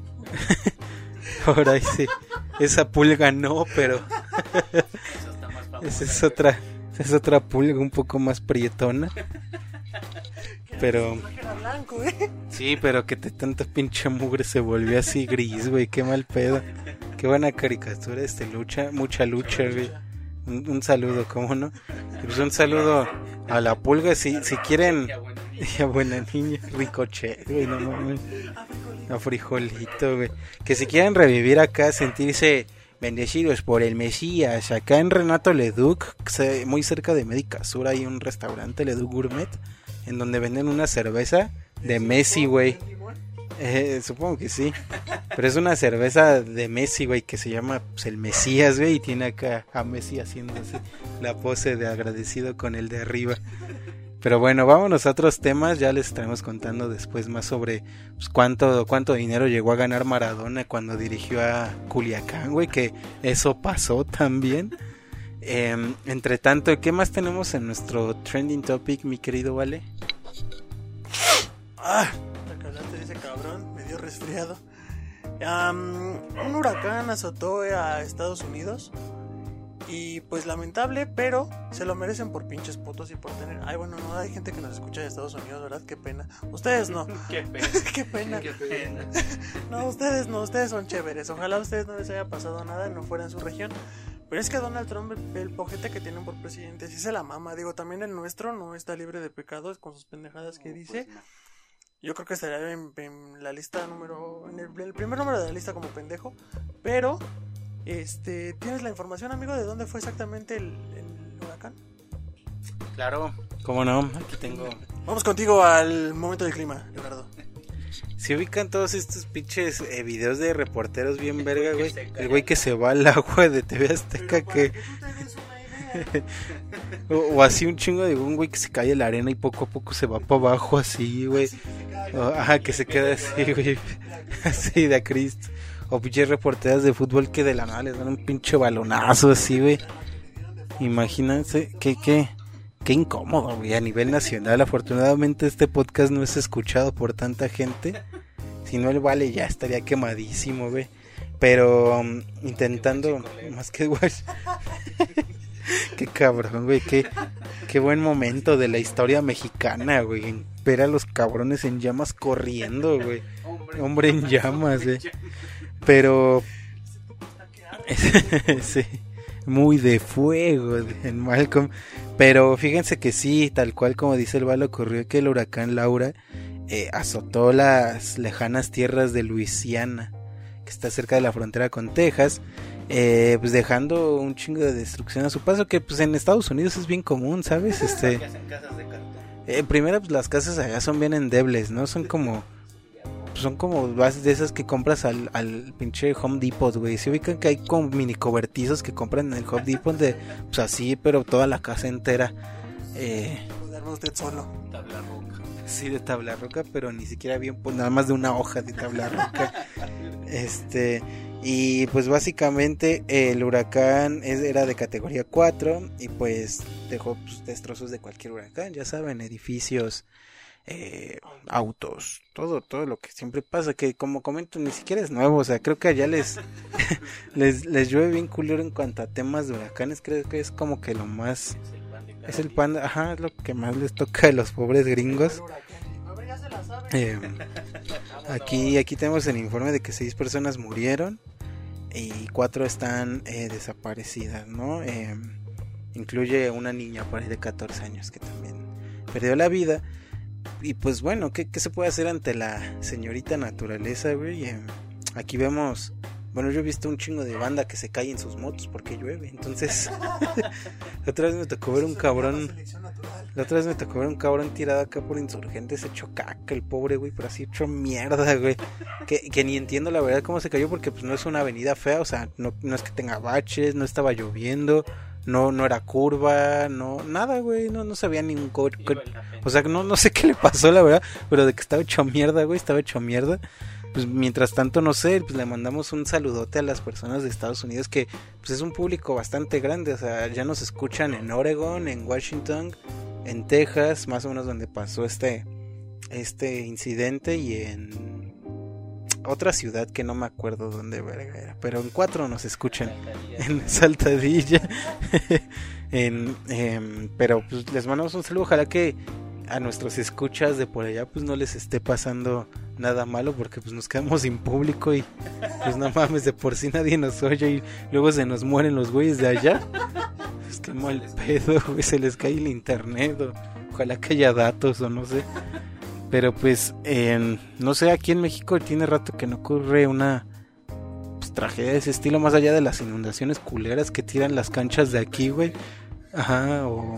C: por ahí sí, esa Pulga no, pero esa es otra, esa es otra Pulga un poco más prietona, pero sí, pero que de tanta pinche mugre se volvió así gris, güey, qué mal pedo, qué buena caricatura este lucha, mucha lucha, güey. Un, un saludo, ¿cómo no? Pues un saludo a la pulga, si, si quieren... Y a buena niña, Ricochet, güey, no mames. A frijolito, güey. Que si quieren revivir acá, sentirse bendecidos por el Mesías. Acá en Renato Leduc, muy cerca de Médica Sur, hay un restaurante, Leduc Gourmet, en donde venden una cerveza de Messi, güey. Eh, supongo que sí. Pero es una cerveza de Messi, güey, que se llama pues, el Mesías, güey. Y tiene acá a Messi haciéndose la pose de agradecido con el de arriba. Pero bueno, vámonos a otros temas. Ya les estaremos contando después más sobre pues, cuánto, cuánto dinero llegó a ganar Maradona cuando dirigió a Culiacán, güey. Que eso pasó también. Eh, entre tanto, ¿qué más tenemos en nuestro trending topic, mi querido Vale?
B: Ah, la calata de ese cabrón, me dio resfriado. Um, un huracán azotó a Estados Unidos. Y pues lamentable, pero se lo merecen por pinches putos y por tener... Ay, bueno, no, hay gente que nos escucha de Estados Unidos, ¿verdad? Qué pena. Ustedes no.
D: Qué pena.
B: Qué pena.
D: Qué pena.
B: No, ustedes no, ustedes son chéveres. Ojalá a ustedes no les haya pasado nada y no fuera en su región. Pero es que Donald Trump, el, el pojete que tienen por presidente, sí se la mama. Digo, también el nuestro no está libre de pecados con sus pendejadas que dice. Yo creo que estaría en, en la lista número... En el, el primer número de la lista como pendejo. Pero... Este, ¿tienes la información, amigo, de dónde fue exactamente el, el huracán?
C: Claro, cómo no, aquí tengo.
B: Vamos contigo al momento del clima, Leonardo.
C: Se ubican todos estos pinches eh, videos de reporteros bien verga, güey. El güey que se va al agua de T V Azteca que... o, o así un chingo de un güey que se cae en la arena y poco a poco se va para abajo así, güey. O, ajá, que se queda así, güey. Así de a Cristo. O pinches reporteras de fútbol que de la nada les dan un pinche balonazo así, güey. Imagínense, qué, qué, qué incómodo, güey, a nivel nacional. Afortunadamente este podcast no es escuchado por tanta gente. Si no, el Vale ya estaría quemadísimo, güey. Pero um, intentando, más que güey. Qué cabrón, güey, qué, qué buen momento de la historia mexicana, güey. Ver a los cabrones en llamas corriendo, güey. Hombre en llamas, güey. Pero sí, muy de fuego en Malcolm. Pero fíjense que sí, tal cual como dice el Valo, ocurrió que el huracán Laura eh, azotó las lejanas tierras de Luisiana, que está cerca de la frontera con Texas, eh, pues dejando un chingo de destrucción a su paso, que pues en Estados Unidos es bien común, ¿sabes? Este, eh, primero pues las casas allá son bien endebles, ¿no? Son como... Son como bases de esas que compras al, al pinche Home Depot, güey. Se ubican que hay como mini cobertizos que compran en el Home Depot de, pues así, pero toda la casa entera. Eh,
B: usted solo.
D: Tabla roca.
C: Sí, de tabla roca, pero ni siquiera bien, pues nada más de una hoja de tabla roca. Este, y pues básicamente el huracán es, era de categoría cuatro y pues dejó pues, destrozos de cualquier huracán, ya saben, edificios, eh, autos, todo, todo lo que siempre pasa, que como comento ni siquiera es nuevo, o sea, creo que allá les les, les llueve bien culero en cuanto a temas de huracanes, creo que es como que lo más, es el pan, ajá, es lo que más les toca a los pobres gringos. Eh, aquí, aquí tenemos el informe de que seis personas murieron y cuatro están eh, desaparecidas, ¿no? Eh, incluye una niña por ahí de catorce años que también perdió la vida. Y pues bueno, ¿qué, qué se puede hacer ante la señorita naturaleza, güey? Eh, aquí vemos, bueno, yo he visto un chingo de banda que se cae en sus motos porque llueve, entonces la otra vez me tocó ver un cabrón, la otra vez me tocó ver un cabrón tirado acá por Insurgentes, hecho caca, el pobre güey, pero así hecho mierda, güey, que, que ni entiendo la verdad cómo se cayó porque pues no es una avenida fea, o sea, no, no es que tenga baches, no estaba lloviendo, no no era curva, no nada, güey, no no sabía ningún co- co- o sea, no no sé qué le pasó, la verdad, pero de que estaba hecho mierda, güey, estaba hecho mierda. Pues mientras tanto, no sé, pues le mandamos un saludote a las personas de Estados Unidos que pues es un público bastante grande, o sea, ya nos escuchan en Oregon, en Washington, en Texas, más o menos donde pasó este este incidente, y en otra ciudad que no me acuerdo dónde verga era, pero en cuatro nos escuchan, en Saltadilla. en, eh, pero pues les mandamos un saludo, ojalá que a nuestros escuchas de por allá pues no les esté pasando nada malo, porque pues nos quedamos sin público y pues no mames, de por sí nadie nos oye y luego se nos mueren los güeyes de allá. Qué mal pedo, güey, se les cae el internet, o, ojalá que haya datos o no sé. Pero pues, eh, no sé, aquí en México tiene rato que no ocurre una pues, tragedia de ese estilo, más allá de las inundaciones culeras que tiran las canchas de aquí, güey. Ajá, o...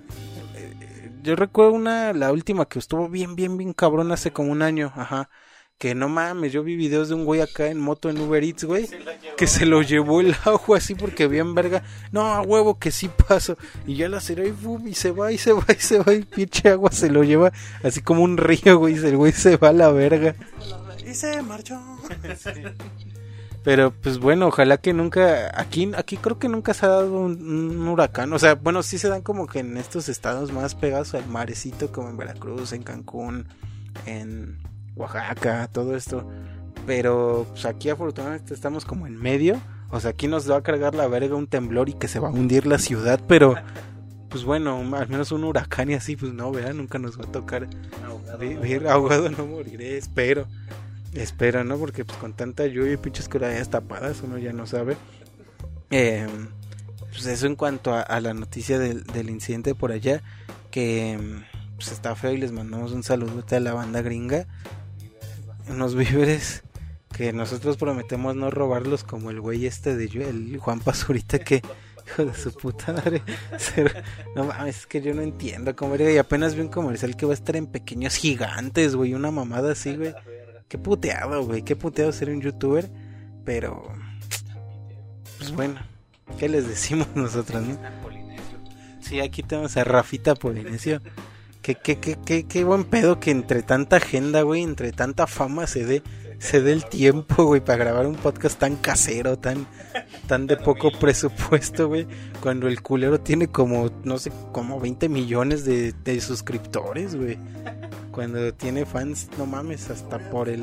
C: Eh, yo recuerdo una, la última que estuvo bien, bien, bien cabrón hace como un año, ajá. Que no mames, yo vi videos de un güey acá en moto en Uber Eats, güey, que se lo llevó el agua así porque bien verga. No, a huevo que sí paso. Y ya la acelera y, ¡bum! Y se va, y se va, y se va, y pinche agua se lo lleva así como un río, güey, y el güey se va a la verga.
B: Y se marchó.
C: Sí. Pero pues bueno, ojalá que nunca, aquí aquí creo que nunca se ha dado un, un huracán. O sea, bueno, sí se dan como que en estos estados más pegados al marecito, como en Veracruz, en Cancún, en Oaxaca, todo esto, pero pues aquí afortunadamente estamos como en medio, o sea, aquí nos va a cargar la verga un temblor y que se va a hundir la ciudad, pero pues bueno, al menos un huracán y así, pues no, ¿verdad? Nunca nos va a tocar vivir, ahogado no moriré, espero, espero, ¿no? Porque pues con tanta lluvia y pinches curadas tapadas, uno ya no sabe. Eh, pues eso en cuanto a, a la noticia del, del incidente por allá, que pues está feo y les mandamos un saludote a la banda gringa. Unos víveres que nosotros prometemos no robarlos, como el güey este de yo, el Juan Pazurita, que hijo de su puta madre. No mames, es que yo no entiendo cómo era. Y apenas vi un comercial que va a estar en Pequeños Gigantes, güey, una mamada así, güey. Qué puteado, güey, qué puteado ser un youtuber. Pero pues bueno, ¿qué les decimos nosotros, no? Sí, aquí tenemos a Rafita Polinesio. Qué, qué, qué, qué, qué buen pedo que entre tanta agenda, güey, entre tanta fama se dé se dé el tiempo, güey, para grabar un podcast tan casero, tan tan de poco presupuesto, güey, cuando el culero tiene como, no sé, como veinte millones de, de suscriptores, güey. Cuando tiene fans, no mames, hasta por el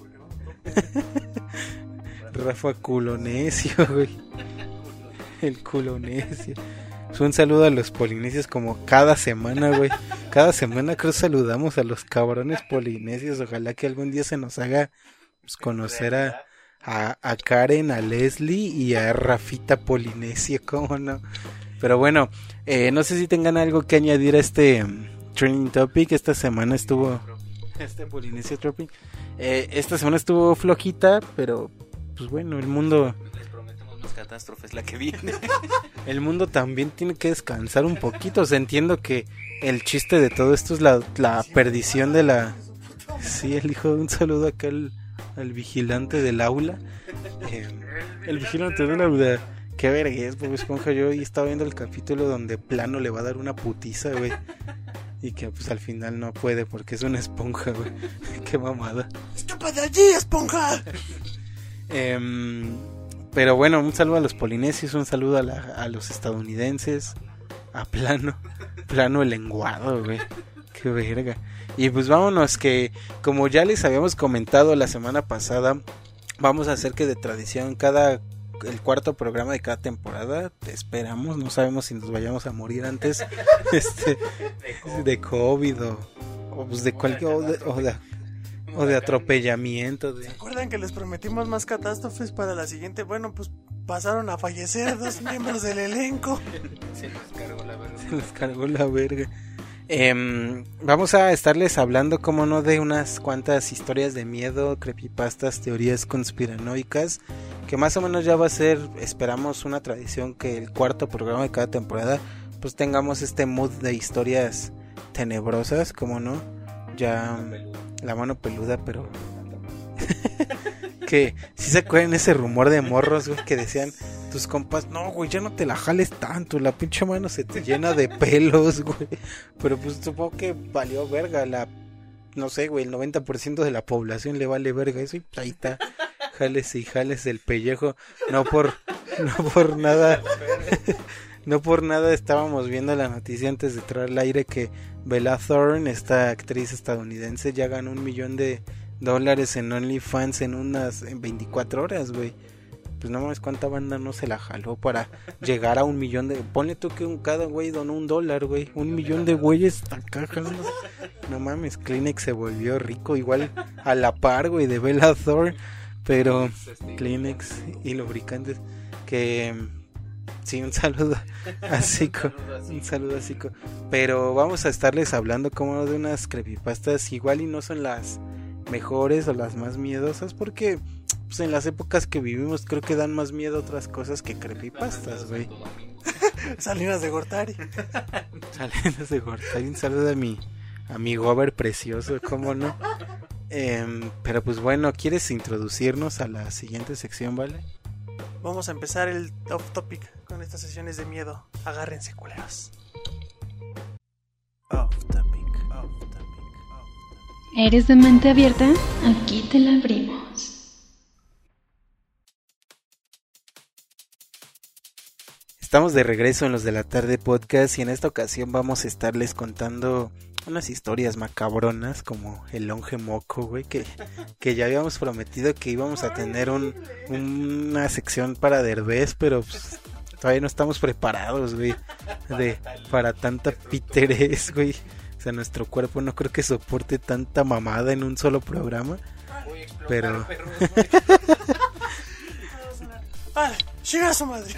C: Rafa Culonesio, güey. El Culonesio. Un saludo a los polinesios como cada semana, güey. Cada semana creo saludamos a los cabrones polinesios. Ojalá que algún día se nos haga pues, conocer a, a, a Karen, a Leslie y a Rafita Polinesio, ¿cómo no? Pero bueno, eh, no sé si tengan algo que añadir a este um, trending topic. Esta semana estuvo... Este Polinesio topic. Eh, esta semana estuvo flojita, pero pues bueno, el mundo...
D: Catástrofes la que viene.
C: El mundo también tiene que descansar un poquito. O sea, entiendo que el chiste de todo esto es la, la perdición de la... Sí, el hijo de un saludo acá al, al vigilante del aula. Eh, el vigilante del aula. Qué vergüenza, Bob Esponja. Yo hoy estaba viendo el capítulo donde Plano le va a dar una putiza, güey. Y que pues al final no puede porque es una esponja, güey. Qué mamada.
B: ¡Escapa de allí, esponja!
C: Eh... Pero bueno, un saludo a los polinesios, un saludo a, la, a los estadounidenses, a Plano, Plano el lenguado, güey, qué verga. Y pues vámonos, que como ya les habíamos comentado la semana pasada, vamos a hacer que de tradición cada, el cuarto programa de cada temporada, te esperamos, no sabemos si nos vayamos a morir antes este, de COVID o, o pues de cualquier... O de, o de, O de atropellamiento. De...
B: ¿Se acuerdan que les prometimos más catástrofes para la siguiente? Bueno, pues pasaron a fallecer dos miembros del elenco.
D: Se les cargó la verga.
C: Se les cargó la verga. Eh, vamos a estarles hablando, como no, de unas cuantas historias de miedo, creepypastas, teorías conspiranoicas, que más o menos ya va a ser, esperamos, una tradición que el cuarto programa de cada temporada, pues tengamos este mood de historias tenebrosas, como no, ya... La mano peluda, pero... que si se acuerdan ese rumor de morros, güey, que decían tus compas, no, güey, ya no te la jales tanto, la pinche mano se te llena de pelos, güey. Pero pues supongo que valió verga, la... No sé, güey, el noventa por ciento de la población le vale verga eso y pues ahí está. Jales y jales el pellejo. No por... No por nada... No por nada estábamos viendo la noticia antes de entrar al aire que Bella Thorne, esta actriz estadounidense, ya ganó un millón de dólares en OnlyFans en unas en veinticuatro horas, güey. Pues no mames, cuánta banda no se la jaló para llegar a un millón de... Ponle tú que un, cada güey donó un dólar, güey. Un millón de güeyes acá, no, no mames, Kleenex se volvió rico, igual a la par, güey, de Bella Thorne. Pero Kleenex y lubricantes que... Sí, un saludo a Zico, un saludo a Zico. Pero vamos a estarles hablando como de unas creepypastas, igual y no son las mejores o las más miedosas, porque pues en las épocas que vivimos creo que dan más miedo otras cosas que creepypastas, güey.
B: Salinas de Gortari.
C: Salinas de Gortari, un saludo a mi amigo Gober precioso, cómo no. Eh, pero pues bueno, ¿quieres introducirnos a la siguiente sección, vale?
B: Vamos a empezar el off topic con estas sesiones de miedo. Agárrense, culeros. Off topic, off topic, off topic.
A: ¿Eres de mente abierta? Aquí te la abrimos.
C: Estamos de regreso en Los de la Tarde Podcast y en esta ocasión vamos a estarles contando unas historias macabronas como el longe moco, güey, que, que ya habíamos prometido que íbamos a tener un, una sección para Derbez, pero pues, todavía no estamos preparados, güey, de, para tanta piterés, güey. O sea, nuestro cuerpo no creo que soporte tanta mamada en un solo programa, pero...
B: ¡Ah! ¡Llega a su madre!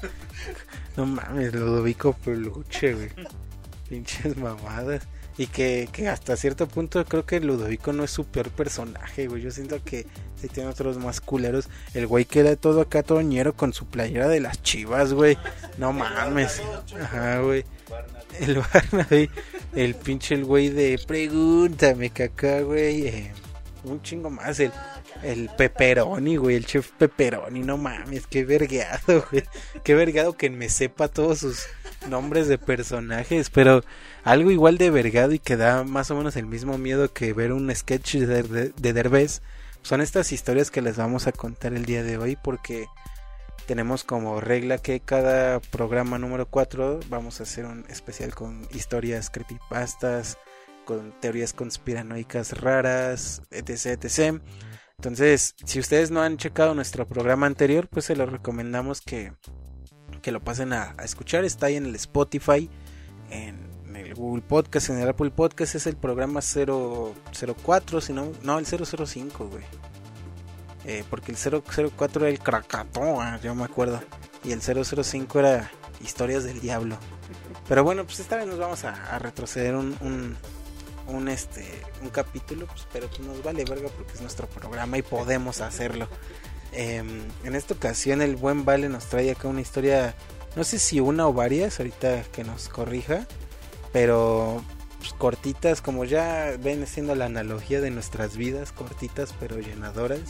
C: No mames, Ludovico Peluche, güey. Pinches mamadas. Y que, que hasta cierto punto creo que Ludovico no es su peor personaje, güey. Yo siento que sí tiene otros más culeros. El güey que era todo acá toñero con su playera de las Chivas, güey. No mames. Ajá, güey. El Barnaby. El pinche el güey de pregúntame caca, güey. Eh, un chingo más. El, el Pepperoni, güey. El chef Pepperoni. No mames, qué vergueado, güey. Qué vergueado que me sepa todos sus nombres de personajes. Pero algo igual de vergado y que da más o menos el mismo miedo que ver un sketch de, de, de Derbez son estas historias que les vamos a contar el día de hoy, porque tenemos como regla que cada programa número cuatro vamos a hacer un especial con historias creepypastas, con teorías conspiranoicas raras, etc, etc. Entonces, si ustedes no han checado nuestro programa anterior, pues se los recomendamos que, que lo pasen a, a escuchar. Está ahí en el Spotify, en el Google Podcast, en el Apple Podcast. Es el programa cero cero cuatro, si no, no, el cero cero cinco, güey. Eh, porque el cero cero cuatro era el Krakatoa, yo me acuerdo. Y el cero cero cinco era Historias del Diablo. Pero bueno, pues esta vez nos vamos a, a retroceder un, un, un, este, un capítulo, pues, pero pues nos vale verga porque es nuestro programa y podemos hacerlo. Eh, en esta ocasión el buen Vale nos trae acá una historia, no sé si una o varias, ahorita que nos corrija, pero pues, cortitas, como ya ven siendo la analogía de nuestras vidas, cortitas pero llenadoras.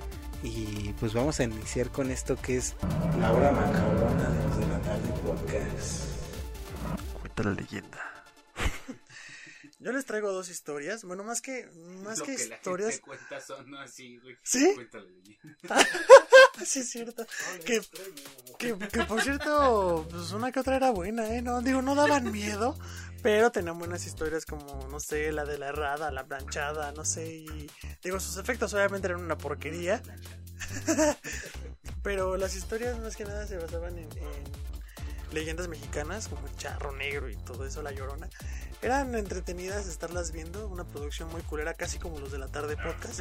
C: Y pues vamos a iniciar con esto que es la hora macabrona de Los de la Tarde Podcast.
B: Cuenta la leyenda. Yo les traigo dos historias, bueno, más que más
D: Lo
B: que,
D: que
B: historias.
D: La gente cuenta son así, güey.
B: ¿Sí?
D: Cuenta la leyenda.
B: Sí, es cierto. Que, que, que por cierto, pues una que otra era buena, ¿eh? No, digo, no daban miedo, pero tenían buenas historias como, no sé, la de la errada, la planchada, no sé, y digo, sus efectos obviamente eran una porquería. Pero las historias más que nada se basaban en, en leyendas mexicanas como el Charro Negro y todo eso, La Llorona. Eran entretenidas estarlas viendo, una producción muy culera, casi como Los de la Tarde Podcast.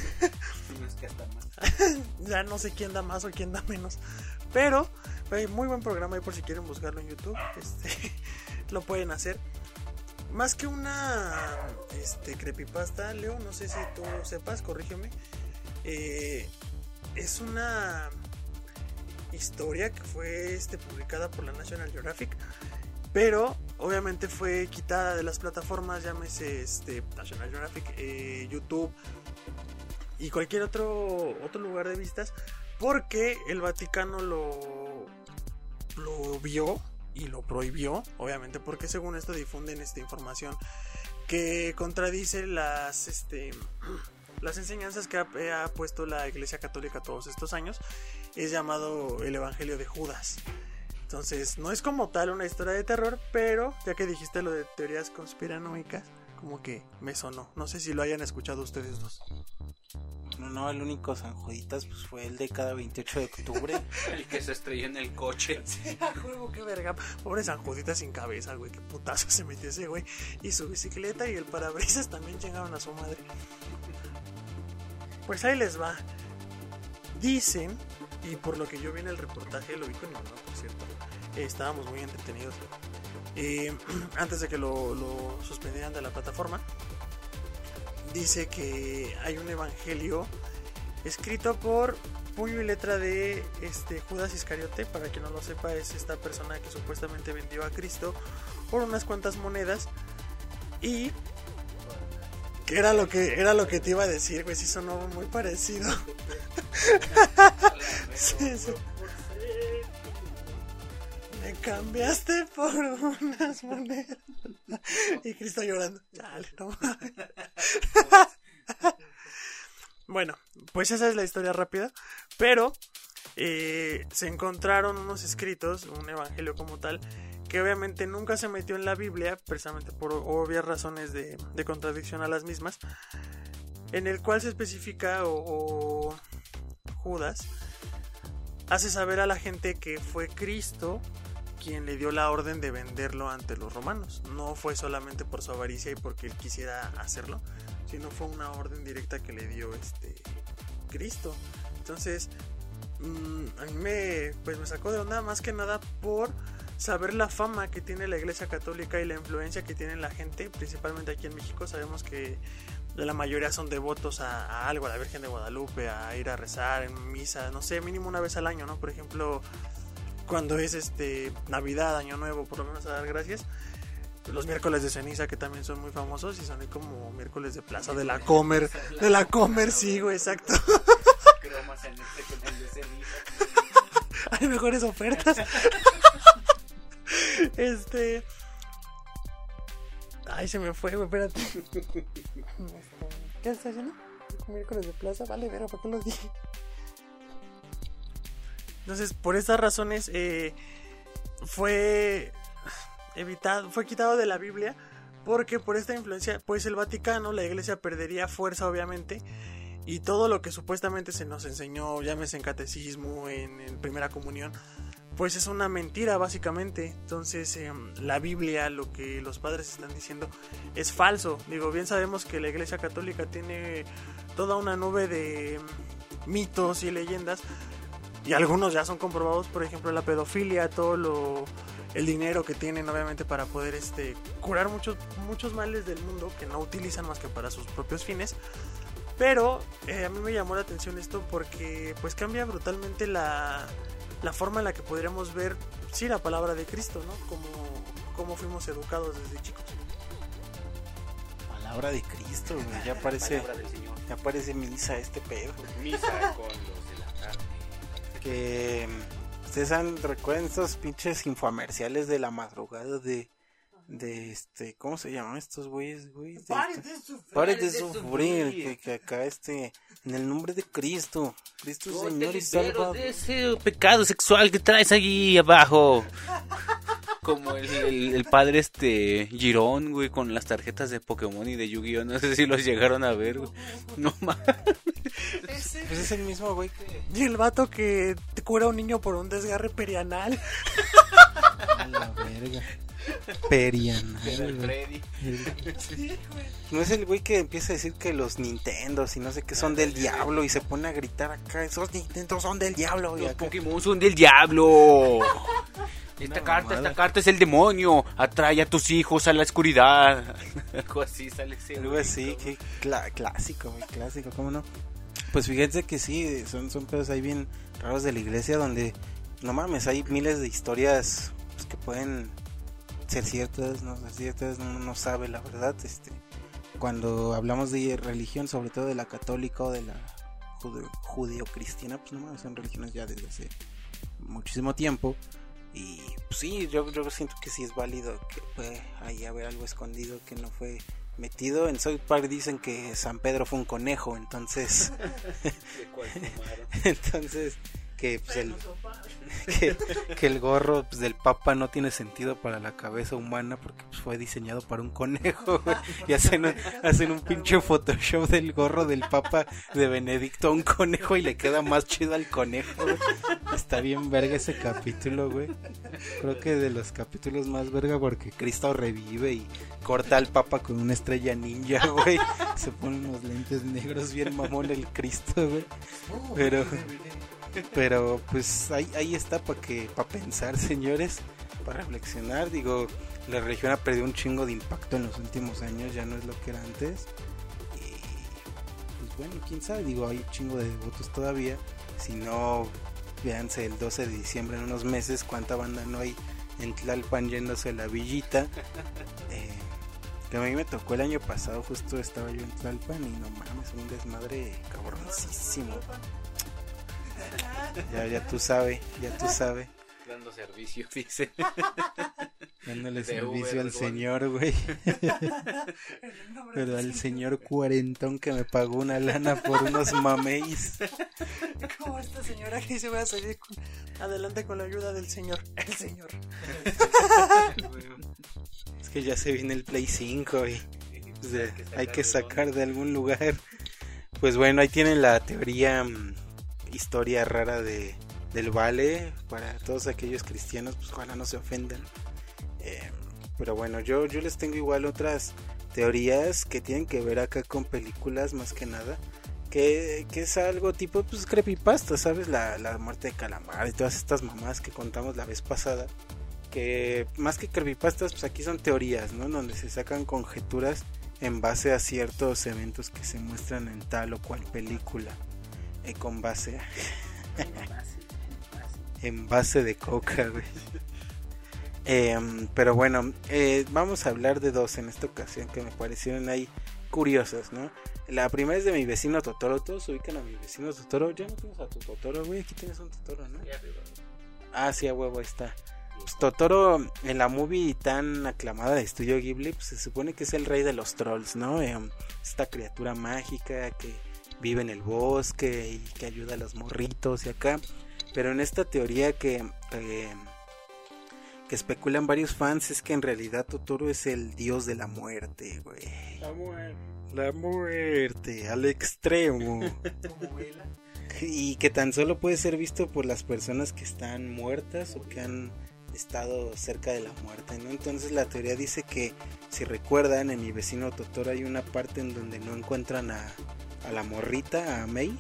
B: Ya no sé quién da más o quién da menos, pero hay muy buen programa ahí por si quieren buscarlo en YouTube. Este, lo pueden hacer. Más que una este, creepypasta, Leo, no sé si tú sepas, corrígeme. Eh, es una historia que fue este, publicada por la National Geographic, pero obviamente fue quitada de las plataformas, llámese este, National Geographic, eh, YouTube y cualquier otro otro lugar de vistas, porque el Vaticano lo lo vio y lo prohibió, obviamente porque según esto difunden esta información que contradice las este las enseñanzas que ha, ha puesto la Iglesia Católica todos estos años. Es llamado el Evangelio de Judas. Entonces no es como tal una historia de terror, pero ya que dijiste lo de teorías conspiranoicas, como que me sonó. No sé si lo hayan escuchado ustedes dos.
C: No, no, el único San Juditas pues fue el de cada veintiocho de octubre.
D: El que se estrelló en el coche.
B: Sí, a juego, qué verga. Pobre San Juditas sin cabeza, güey. Qué putazo se metió ese güey. Y su bicicleta y el parabrisas también llegaron a su madre. Pues ahí les va. Dicen y por lo que yo vi en el reportaje, lo vi con mi mamá, por cierto, eh, estábamos muy entretenidos eh, antes de que lo, lo suspendieran de la plataforma. Dice que hay un evangelio escrito por puño y letra de este Judas Iscariote. Para quien no lo sepa, es esta persona que supuestamente vendió a Cristo por unas cuantas monedas. Y que era lo que era lo que te iba a decir, güey, sí sonó muy parecido. Sí, sí. Me cambiaste por unas monedas. Y Cristo llorando. Dale, no. Bueno, pues esa es la historia rápida. Pero eh, se encontraron unos escritos, un evangelio como tal, que obviamente nunca se metió en la Biblia, precisamente por obvias razones de, de contradicción a las mismas, en el cual se especifica o, o Judas hace saber a la gente que fue Cristo quien le dio la orden de venderlo ante los romanos. No fue solamente por su avaricia y porque él quisiera hacerlo, sino fue una orden directa que le dio este Cristo. Entonces mmm, a mí me, pues me sacó de onda, más que nada por saber la fama que tiene la Iglesia Católica y la influencia que tiene la gente, principalmente aquí en México. Sabemos que la mayoría son devotos a, a algo, a la Virgen de Guadalupe, a ir a rezar en misa, no sé, mínimo una vez al año, ¿no? Por ejemplo, cuando es este Navidad, Año Nuevo, por lo menos a dar gracias. Los miércoles de ceniza, que también son muy famosos, y son como miércoles de plaza, de la Comer, de la Comer, sí, güey, exacto. Hay mejores ofertas. Este... Ay, se me fue, güey, espérate. ¿Qué estás haciendo? Miércoles de plaza, vale, verga, ¿por qué lo dije? Entonces, por estas razones, eh, fue evitado, fue quitado de la Biblia, porque por esta influencia, pues el Vaticano, la Iglesia perdería fuerza, obviamente, y todo lo que supuestamente se nos enseñó, llámese en catecismo, en, en primera comunión, pues es una mentira básicamente. Entonces eh, la Biblia, lo que los padres están diciendo, es falso. Digo, bien sabemos que la Iglesia Católica tiene toda una nube de mitos y leyendas, y algunos ya son comprobados. Por ejemplo, la pedofilia, todo lo, el dinero que tienen obviamente para poder este, curar muchos, muchos males del mundo que no utilizan más que para sus propios fines. Pero eh, a mí me llamó la atención esto porque pues cambia brutalmente la... la forma en la que podríamos ver, sí, la palabra de Cristo, ¿no? Como, como fuimos educados desde chicos.
C: Palabra de Cristo, güey. Ya parece, ya parece misa este pedo.
D: Misa con los de la tarde.
C: Que ustedes han, recuerden estos pinches infomerciales de la madrugada de, de este, ¿cómo se llaman estos güeyes, güey?
B: Pare de sufrir.
C: Pare de sufrir, que, que acá este, en el nombre de Cristo, Cristo
D: Yo
C: Señor
D: te
C: y
D: libero
C: Salvador.
D: de ese pecado sexual que traes allí abajo. Como el, el, el padre este Girón, güey, con las tarjetas de Pokémon y de Yu-Gi-Oh, no sé si los llegaron a ver, güey. No mames.
C: Ese, pues es el mismo güey que...
B: Y el vato que te cura a un niño por un desgarre perianal.
C: A la verga. Perianal,
D: El
C: güey.
D: Freddy.
B: Sí, güey.
C: No es el güey que empieza a decir que los Nintendos y no sé qué son del diablo y se pone a gritar acá, esos Nintendos son del diablo. Y
D: Los
C: acá...
D: Pokémon son del diablo. Esta
C: Una
D: carta,
C: mamada.
D: esta carta es el demonio. Atrae a tus hijos a la oscuridad. Algo así sale ese
C: Algo
D: güey,
C: así,
D: ¿no?
C: que cla- clásico, güey, clásico, ¿cómo no? Pues fíjense que sí, son, son pedos ahí bien raros de la iglesia donde, no mames, hay miles de historias pues, que pueden ser ciertas, no ser ciertas, uno no sabe la verdad. Este, cuando hablamos de religión, sobre todo de la católica o de la jude- judeocristiana, pues no mames, son religiones ya desde hace muchísimo tiempo. Y pues sí, yo, yo siento que sí es válido que puede ahí haber algo escondido que no fue metido. En South Park dicen que San Pedro fue un conejo, entonces
D: ¿De cuál fumaron?
C: entonces que pues el que, que el gorro pues, del papa no tiene sentido para la cabeza humana porque pues, fue diseñado para un conejo, güey. Y hacen un, hacen un pinche Photoshop del gorro del papa de Benedicto a un conejo y le queda más chido al conejo, güey. Está bien verga ese capítulo, güey. Creo que de los capítulos más verga porque Cristo revive y corta al papa con una estrella ninja, güey. Se pone unos lentes negros bien mamón el Cristo, güey. Pero Pero pues ahí, ahí está para que para pensar, señores, para reflexionar. Digo, la religión ha perdido un chingo de impacto en los últimos años, ya no es lo que era antes. Y pues bueno, quién sabe, digo, hay un chingo de devotos todavía. Si no, véanse el doce de diciembre en unos meses, cuánta banda no hay en Tlalpan yéndose a la villita. Eh, que a mí me tocó el año pasado, justo estaba yo en Tlalpan y no mames, un desmadre cabroncísimo. Ya, ya tú sabes, ya tú sabes.
D: Dando servicio, dice.
C: Dándole
D: De
C: servicio
D: Uber,
C: al
D: güey.
C: señor, güey. Pero al señor cuarentón que me pagó una lana por unos mameis.
B: Como esta señora que dice voy a salir con... adelante con la ayuda del señor. El señor.
C: Es que ya se viene el Play cinco y pues, de- hay que sacar de algún lugar. Pues bueno, ahí tienen la teoría, mm, historia rara de del vale. Para todos aquellos cristianos, pues ojalá no se ofendan. Eh, pero bueno, yo, yo les tengo igual otras teorías que tienen que ver acá con películas más que nada. Que, que es algo tipo pues creepypasta, ¿sabes? La, la muerte de Calamar y todas estas mamás que contamos la vez pasada. Que más que creepypastas, pues aquí son teorías, ¿no? Donde se sacan conjeturas en base a ciertos eventos que se muestran en tal o cual película. Eh, con base a... en base de coca, güey. Eh, pero bueno, eh, vamos a hablar de dos en esta ocasión que me parecieron ahí curiosas, ¿no? La primera es de mi vecino Totoro. Todos ubican a mi vecino Totoro. Ya no tienes a tu Totoro, güey. Aquí tienes un Totoro, ¿no? Ah, sí, a huevo, ahí está. Pues Totoro, en la movie tan aclamada de Estudio Ghibli, pues se supone que es el rey de los trolls, ¿no? Eh, esta criatura mágica que vive en el bosque y que ayuda a los morritos y acá. Pero en esta teoría que, eh, que especulan varios fans es que en realidad Totoro es el dios de la muerte, güey.
B: La muerte.
C: La muerte, al extremo. Y que tan solo puede ser visto por las personas que están muertas o que han estado cerca de la muerte, ¿no? Entonces la teoría dice que, si recuerdan, en mi vecino Totoro hay una parte en donde no encuentran a, a la morrita, a Mei,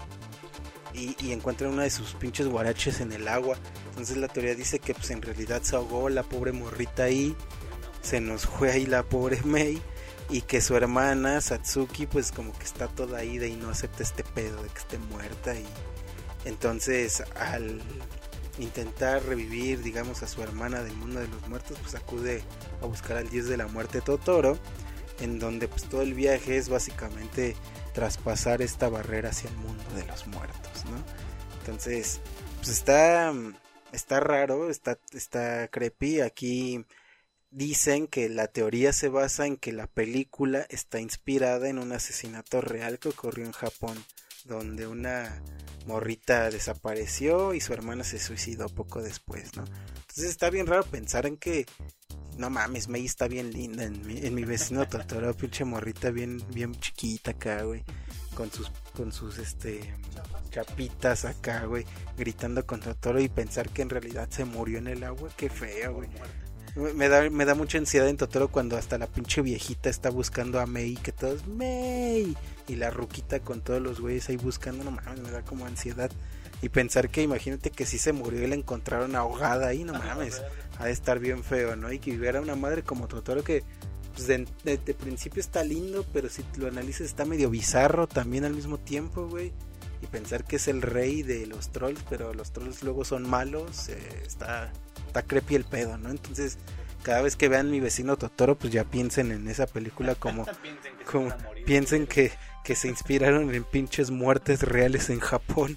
C: y, y encuentran una de sus pinches guaraches en el agua. Entonces la teoría dice que pues en realidad se ahogó la pobre morrita ahí, se nos fue ahí la pobre Mei, y que su hermana Satsuki pues como que está toda ida y no acepta este pedo de que esté muerta. Y entonces al intentar revivir, digamos, a su hermana del mundo de los muertos, pues acude a buscar al dios de la muerte Totoro, en donde pues todo el viaje es básicamente traspasar esta barrera hacia el mundo de los muertos, ¿no? Entonces pues está está raro, está está creepy. Aquí dicen que la teoría se basa en que la película está inspirada en un asesinato real que ocurrió en Japón, donde una morrita desapareció y su hermana se suicidó poco después, ¿no? Entonces está bien raro pensar en que, no mames, Mei está bien linda en mi, en mi vecino Totoro, pinche morrita bien, bien chiquita acá, güey, con sus, con sus, este, chapitas acá, güey, gritando con Totoro, y pensar que en realidad se murió en el agua, qué feo, güey. Me da, me da mucha ansiedad en Totoro cuando hasta la pinche viejita está buscando a Mei, que todos, Mei, y la ruquita con todos los güeyes ahí buscando, no mames, me da como ansiedad. Y pensar que, imagínate que si se murió y la encontraron ahogada ahí, no mames, ha de estar bien feo, ¿no? Y que viviera una madre como Totoro que, pues de, de, de principio está lindo, pero si lo analizas está medio bizarro también al mismo tiempo, güey. Y pensar que es el rey de los trolls, pero los trolls luego son malos, eh, está... está creepy el pedo, ¿no? Entonces, cada vez que vean mi vecino Totoro, pues ya piensen en esa película como,
D: piensen que,
C: como piensen que, que se inspiraron en pinches muertes reales en Japón.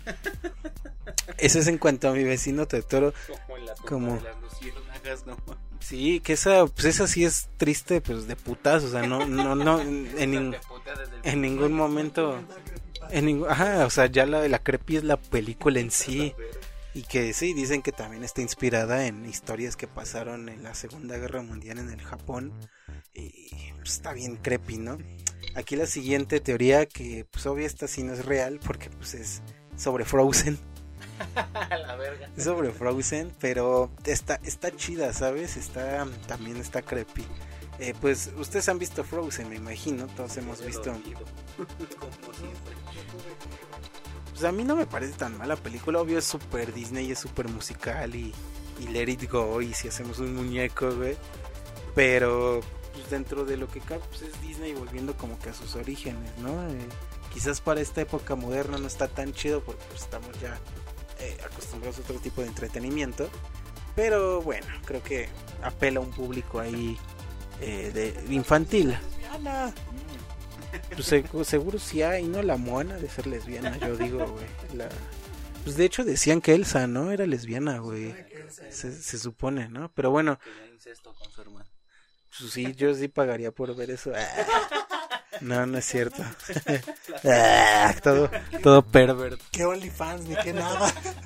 C: Eso es en cuanto a mi vecino Totoro.
D: como en la tumba
C: como-
D: de las luciérnagas, ¿no?
C: Sí, que esa, pues esa sí es triste, pues de putas, o sea, no, no, no, en, nin-
D: Te putea desde el
C: en ningún momento, en ningún, ajá, o sea, ya la, la creepy es la película en sí. Y que sí, dicen que también está inspirada en historias que pasaron en la Segunda Guerra Mundial en el Japón. Y pues, está bien creepy, ¿no? Aquí la siguiente teoría, que pues obvio esta sí no es real, porque pues es sobre Frozen.
D: la verga.
C: Es sobre Frozen, pero está, está chida, ¿sabes? Está, también está creepy. Eh, pues ustedes han visto Frozen, me imagino. Todos hemos visto.
D: Como siempre.
C: pues a mí no me parece tan mala película. Obvio es super Disney, es super musical y, y Let It Go, y si hacemos un muñeco, güey. Pero pues dentro de lo que cabe, pues es Disney volviendo como que a sus orígenes, ¿no? Eh, quizás para esta época moderna no está tan chido porque pues, estamos ya eh, acostumbrados a otro tipo de entretenimiento. Pero bueno, creo que apela a un público ahí eh, de infantil. Lesbiana. Pues seguro, seguro sí hay, ¿no? La Moana de ser lesbiana, yo digo, güey. La... Pues de hecho decían que Elsa, ¿no? Era lesbiana, güey. Se, se supone, ¿no? Pero bueno. Pues sí, yo sí pagaría por ver eso. No, no es cierto. todo, todo pervert.
B: Qué OnlyFans, ni qué nada.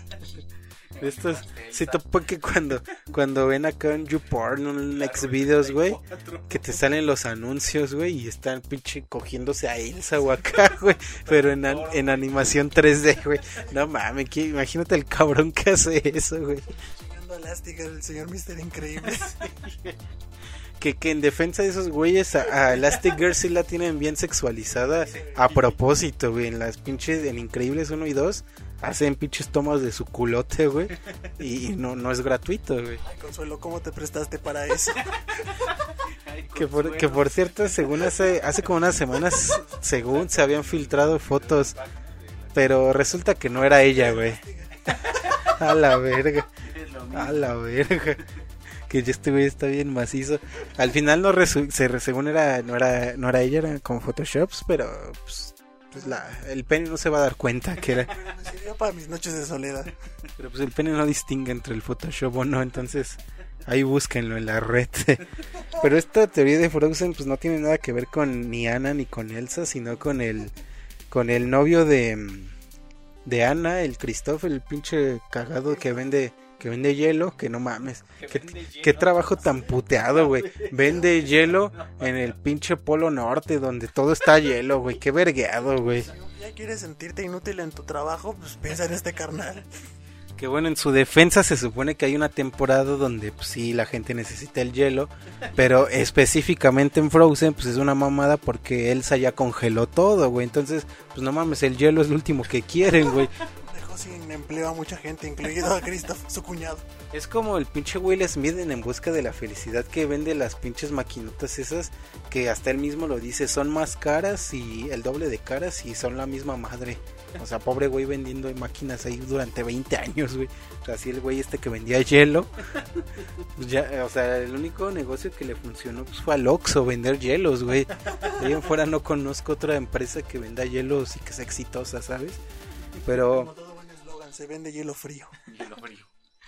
C: Estos, si topo que cuando cuando ven acá en YouPorn, un Xvideos, güey, que te salen los anuncios, güey, y están pinche cogiéndose a Elsa o acá, güey, pero en, an, en animación tres D, güey. No mames, que, imagínate el cabrón que hace eso, güey.
B: Llegando a Elastigirl, el señor Mister Increíble.
C: Que, que en defensa de esos güeyes a, a Elastigirl sí la tienen bien sexualizada a propósito, güey. En las pinches, en Increíbles uno y dos hacen pinches tomas de su culote, güey. Y, y no, no es gratuito, güey.
B: Ay, Consuelo, ¿cómo te prestaste para eso?
C: Que por, que por cierto, según hace, hace como unas semanas, según se habían filtrado fotos, pero resulta que no era ella, güey. A la verga. A la verga. Que ya este güey está bien macizo. Al final no resu- se, según era no era no era ella, era como photoshops, pero pues, pues la, el pene no se va a dar cuenta que era.
B: Me sirvió para mis noches de soledad.
C: Pero pues el pene no distingue entre el Photoshop o no, entonces ahí búsquenlo en la red. Pero esta teoría de Frozen pues no tiene nada que ver con ni Anna ni con Elsa, sino con el con el novio de de Anna, el Kristoff, el pinche cagado que vende que vende hielo, que no mames, que, qué trabajo tan puteado, güey. Vende hielo en el pinche Polo Norte donde todo está hielo, güey. Qué vergueado, güey.
B: Si ya quieres sentirte inútil en tu trabajo, pues piensa en este carnal.
C: Que bueno, en su defensa se supone que hay una temporada donde pues sí, la gente necesita el hielo, pero específicamente en Frozen pues es una mamada porque Elsa ya congeló todo, güey. Entonces, pues no mames, el hielo es lo último que quieren, güey.
B: Sin empleo a mucha gente, incluido a Kristoff, su cuñado.
C: Es como el pinche Will Smith en En Busca de la Felicidad, que vende las pinches maquinotas esas que hasta él mismo lo dice, son más caras y el doble de caras y son la misma madre. O sea, pobre güey vendiendo máquinas ahí durante veinte años, güey. O sea, así el güey este que vendía hielo. Pues ya, o sea, el único negocio que le funcionó pues, fue al Oxxo, vender hielos, güey. De ahí en fuera no conozco otra empresa que venda hielos y que sea exitosa, ¿sabes? Pero
B: se vende hielo frío.
D: Hielo frío.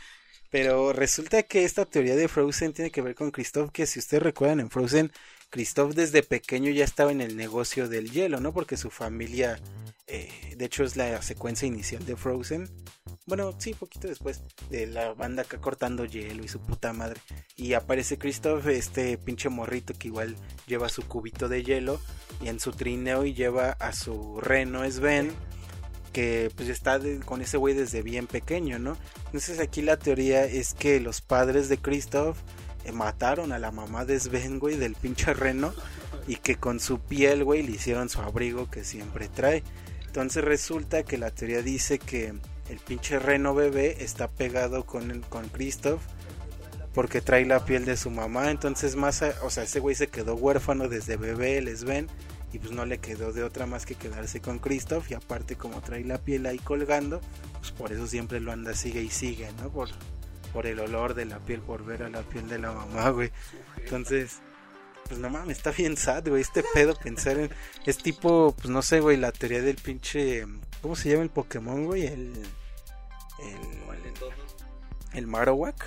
C: Pero resulta que esta teoría de Frozen tiene que ver con Kristoff, que si ustedes recuerdan en Frozen, Kristoff desde pequeño ya estaba en el negocio del hielo, ¿no? Porque su familia, eh, de hecho es la secuencia inicial de Frozen. Bueno, sí, poquito después de la banda acá cortando hielo y su puta madre. Y aparece Kristoff, este pinche morrito que igual lleva su cubito de hielo y en su trineo y lleva a su reno Sven, que pues está de, con ese güey desde bien pequeño, ¿no? Entonces aquí la teoría es que los padres de Kristoff eh, mataron a la mamá de Sven, güey, del pinche reno, y que con su piel, güey, le hicieron su abrigo que siempre trae. Entonces resulta que la teoría dice que el pinche reno bebé está pegado con, con Kristoff porque trae la piel de su mamá. Entonces más, a, o sea, ese güey se quedó huérfano desde bebé, el Sven, y pues no le quedó de otra más que quedarse con Kristoff, y aparte como trae la piel ahí colgando, pues por eso siempre lo anda sigue y sigue, ¿no? Por, por el olor de la piel, por ver a la piel de la mamá, güey. Entonces, pues no mames, está bien sad, güey, este pedo pensar en... Es tipo, pues no sé, güey, la teoría del pinche... ¿Cómo se llama el Pokémon, güey? El... El... El Marowak.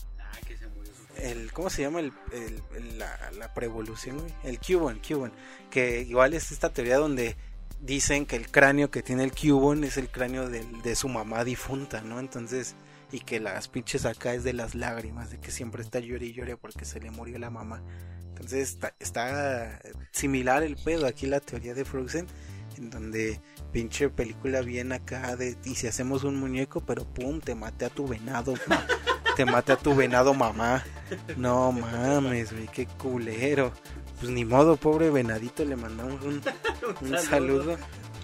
C: El, ¿cómo se llama el, el, el la, la preevolución, güey? El Cubone, Cubone, que igual es esta teoría donde dicen que el cráneo que tiene el Cubone es el cráneo de, de su mamá difunta, ¿no? Entonces, y que las pinches acá es de las lágrimas, de que siempre está llore y llore porque se le murió la mamá. Entonces está, está similar el pedo aquí la teoría de Frozen, en donde pinche película bien acá de, y si hacemos un muñeco, pero pum, te maté a tu venado, ma, te maté a tu venado mamá. No mames, güey, qué culero. Pues ni modo, pobre venadito, le mandamos un, un saludo.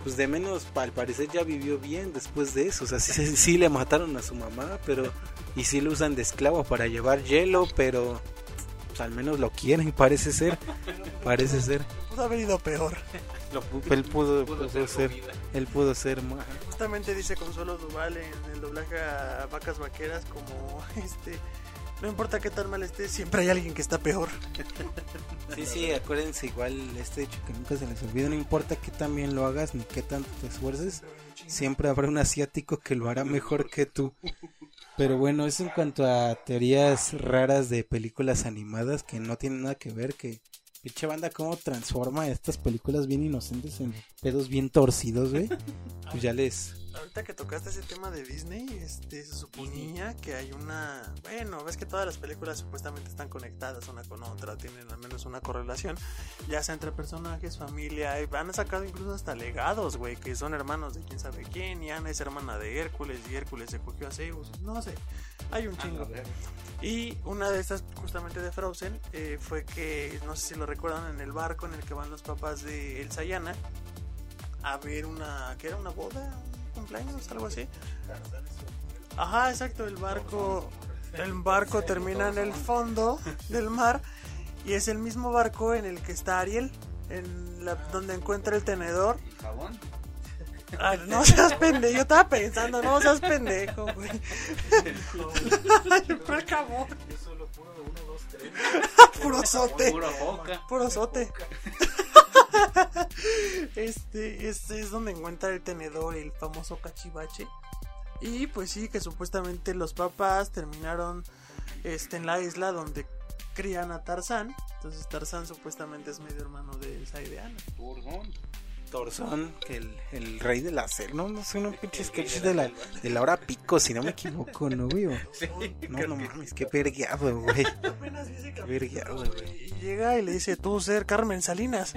C: pues de menos, al parecer ya vivió bien después de eso. O sea, sí, sí le mataron a su mamá, pero y sí lo usan de esclavo para llevar hielo, pero pues, al menos lo quieren, parece ser. Parece ser.
B: Pudo haber ido peor.
C: Lo, él pudo, pudo, pudo ser, ser él pudo ser más.
B: Justamente dice Consuelo Duval en el doblaje a Vacas Vaqueras como este, no importa qué tan mal esté, siempre hay alguien que está peor.
C: Sí, sí, acuérdense igual este hecho que nunca se les olvide, no importa qué tan bien lo hagas ni qué tanto te esfuerces, siempre habrá un asiático que lo hará mejor que tú. Pero bueno, eso en cuanto a teorías raras de películas animadas que no tienen nada que ver, que pinche banda cómo transforma estas películas bien inocentes en pedos bien torcidos, güey. Pues ya les...
B: Ahorita que tocaste ese tema de Disney, este, se suponía que hay una... Bueno, ves que todas las películas supuestamente están conectadas una con otra, tienen al menos una correlación, ya sea entre personajes, familia, y han sacado incluso hasta legados, güey, que son hermanos de quién sabe quién, y Ana es hermana de Hércules, y Hércules se cogió a Zeus, no sé, hay un chingo. Y una de estas, justamente de Frozen, eh, fue que, no sé si lo recuerdan, en el barco en el que van los papás de Elsa y Anna a ver una... ¿qué era? ¿Una boda? ¿Cumpleaños? Algo así. Ajá, exacto, el barco... El barco termina en el fondo del mar y es el mismo barco en el que está Ariel, en la, donde encuentra el tenedor.
D: ¿Jabón?
B: Ay, no seas pendejo, yo estaba pensando, no seas pendejo, güey. Fue el jabón.
D: Yo solo puro uno, dos, tres.
B: Puro sote.
D: Puro boca.
B: Puro sote. Este, este es donde encuentra el tenedor, el famoso cachivache. Y pues sí, que supuestamente los papás terminaron este, en la isla donde crían a Tarzán. Entonces Tarzán supuestamente es medio hermano de Elsa y de Anna.
D: Turgón.
C: Torzón, que el, el rey de la selva, no, no sé, unos pinches sketches de la, de la hora pico, si no me equivoco, ¿no, güey?
D: Sí,
C: no, no mames, qué vergueado, güey.
B: Apenas dice
C: Qué
B: que
C: vergueado, güey.
B: y llega y le dice, tú ser Carmen Salinas.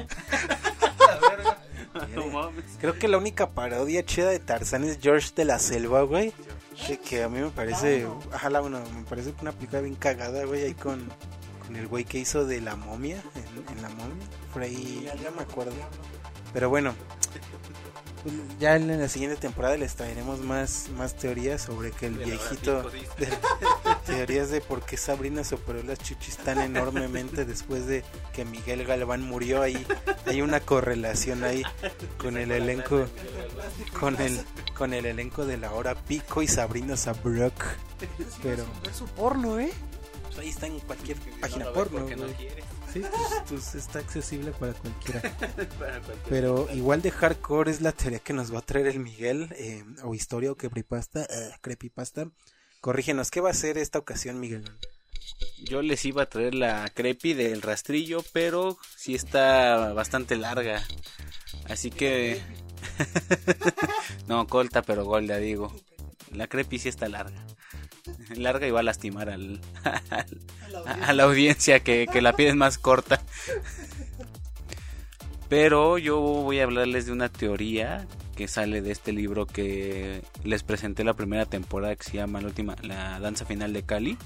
D: No mames.
C: Creo que la única parodia chida de Tarzán es George de la Selva, güey. Que, que a mí me parece, ajá, la una, me parece una película bien cagada, güey, ahí con, con el güey que hizo de la momia, en, en la momia, Frey, ya me acuerdo. Pero bueno, pues ya en la siguiente temporada les traeremos más, más teorías sobre que el viejito, de, teorías de por qué Sabrina se operó las chichis tan enormemente después de que Miguel Galván murió. Ahí hay una correlación ahí con el elenco, con el, con el elenco de la hora pico y Sabrina Sabrok. Pero
B: Ver su porno, ¿eh?
C: pues ahí está en cualquier
D: No
C: página
D: lo ves
C: porno,
D: porque no
C: güey.
D: quieres.
C: Sí, pues, pues está accesible para cualquiera.
D: Para cualquier-
C: Pero igual de hardcore es la teoría que nos va a traer el Miguel, eh, o historia o creepypasta, eh, creepypasta. Corrígenos, ¿qué va a hacer esta ocasión, Miguel?
D: Yo les iba a traer la creepy del rastrillo, pero sí está bastante larga. Así que... no, corta pero golda, digo. La creepy sí está larga. Larga y va a lastimar al, al- a la audiencia que, que la piden más corta. Pero yo voy a hablarles de una teoría que sale de este libro que les presenté la primera temporada, que se llama La última, la danza final de Kali.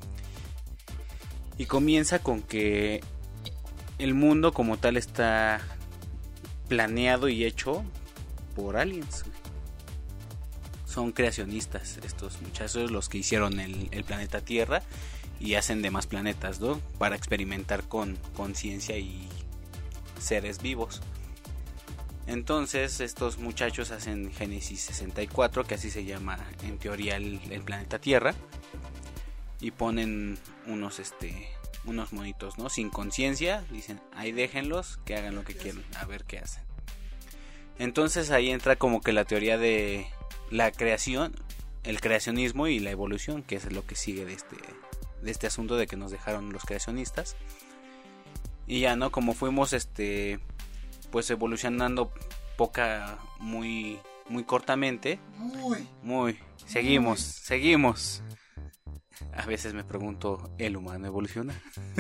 D: Y comienza con que el mundo como tal está planeado y hecho por aliens. Son creacionistas estos muchachos, los que hicieron el, el planeta Tierra y hacen demás planetas, ¿no? Para experimentar con conciencia y seres vivos. Entonces estos muchachos hacen Génesis sesenta y cuatro, que así se llama en teoría el, el planeta Tierra, y ponen unos este unos monitos, ¿no? Sin conciencia, dicen, ahí déjenlos, que hagan lo que quieran, a ver qué hacen. Entonces ahí entra como que la teoría de la creación, el creacionismo y la evolución, que es lo que sigue de este de este asunto de que nos dejaron los creacionistas. Y ya, ¿no? Como fuimos este pues evolucionando poca muy muy cortamente.
B: Muy.
D: Muy. Seguimos, seguimos. A veces me pregunto, ¿el humano evoluciona?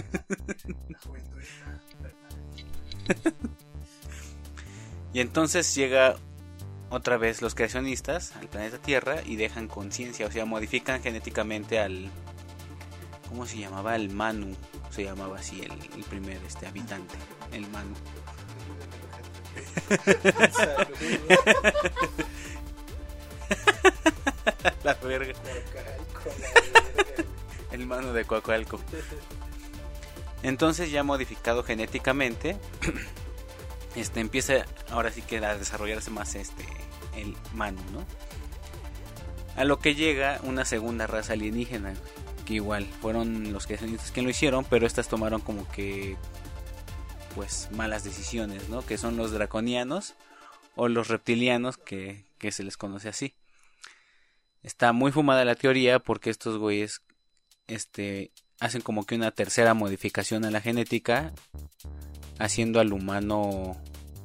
D: Y entonces llega otra vez los creacionistas al planeta Tierra y dejan conciencia, o sea, modifican genéticamente al... ¿Cómo se llamaba? El Manu, se llamaba así el, el primer este habitante, el Manu. La verga. El mano de Coacalco. Entonces, ya modificado genéticamente, este empieza ahora sí que a desarrollarse más este el Manu, ¿no? A lo que llega una segunda raza alienígena, que igual fueron los que quien lo hicieron, pero estas tomaron como que pues malas decisiones, ¿no? Que son los draconianos o los reptilianos, que, que se les conoce así. Está muy fumada la teoría porque estos güeyes este hacen como que una tercera modificación a la genética, haciendo al humano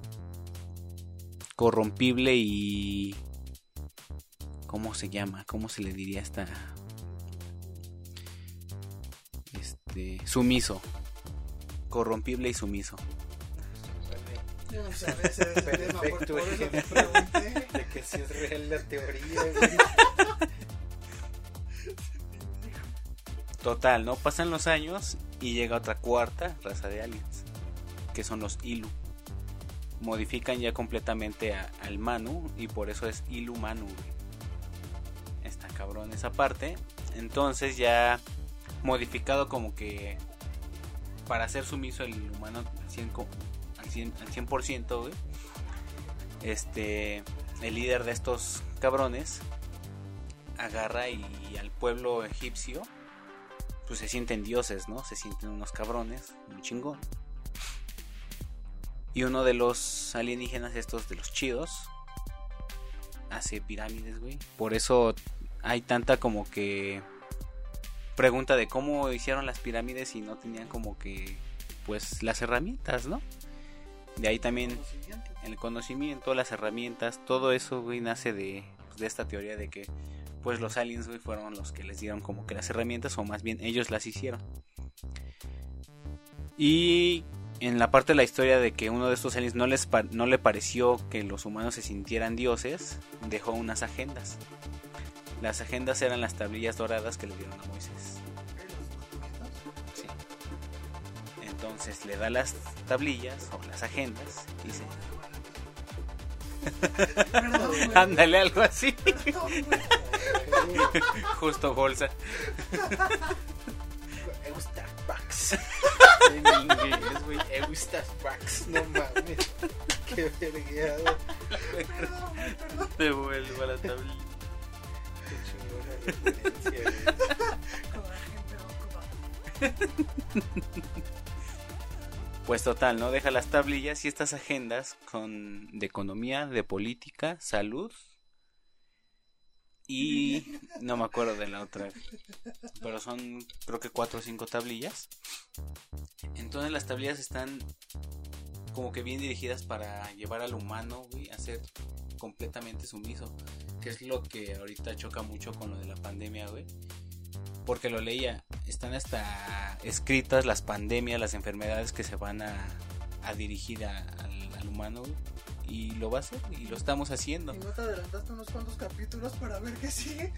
D: corrompible y ¿cómo se llama? ¿Cómo se le diría esta? Este, sumiso. Corrompible y sumiso.
B: Yo no sabía ese tema, por, por eso te pregunté.
C: De que si es real la teoría, güey.
D: Total, ¿no? Pasan los años y llega otra cuarta raza de aliens, que son los Ilu. Modifican ya completamente a, al Manu y por eso es Ilu Manu, güey. Está cabrón esa parte. Entonces ya modificado como que para hacer sumiso el humano al cien, al cien, al cien por ciento, güey. Este, el líder de estos cabrones agarra y, y al pueblo egipcio pues se sienten dioses, ¿no? Se sienten unos cabrones, un chingón. Y uno de los alienígenas, estos de los chidos, hace pirámides, güey. Por eso hay tanta como que pregunta de cómo hicieron las pirámides y no tenían como que pues las herramientas, ¿no? De ahí también el conocimiento, las herramientas, todo eso, güey, nace de, pues, de esta teoría de que pues los aliens, güey, fueron los que les dieron como que las herramientas, o más bien ellos las hicieron. Y en la parte de la historia de que uno de estos aliens no les pa- no le pareció que los humanos se sintieran dioses, dejó unas agendas. Las agendas eran las tablillas doradas que le dieron a Moisés. Sí. Entonces le da las tablillas o las agendas y se... Ándale, algo así. Justo bolsa.
C: Eustapax. En inglés, güey. Eustapax. No mames. Qué vergueado.
D: Me vuelvo a la tablilla.
C: Qué chingona referencia,
D: Pues total, ¿no? Deja las tablillas y estas agendas con de economía, de política, salud y no me acuerdo de la otra, pero son creo que cuatro o cinco tablillas. Entonces las tablillas están como que bien dirigidas para llevar al humano, güey, a ser completamente sumiso, que es lo que ahorita choca mucho con lo de la pandemia, güey. Porque lo leía, están hasta escritas las pandemias, las enfermedades que se van a, a dirigir a, al, al humano, güey, y lo va a hacer, y lo estamos haciendo.
B: ¿Y no te adelantaste unos cuantos capítulos para ver qué sigue?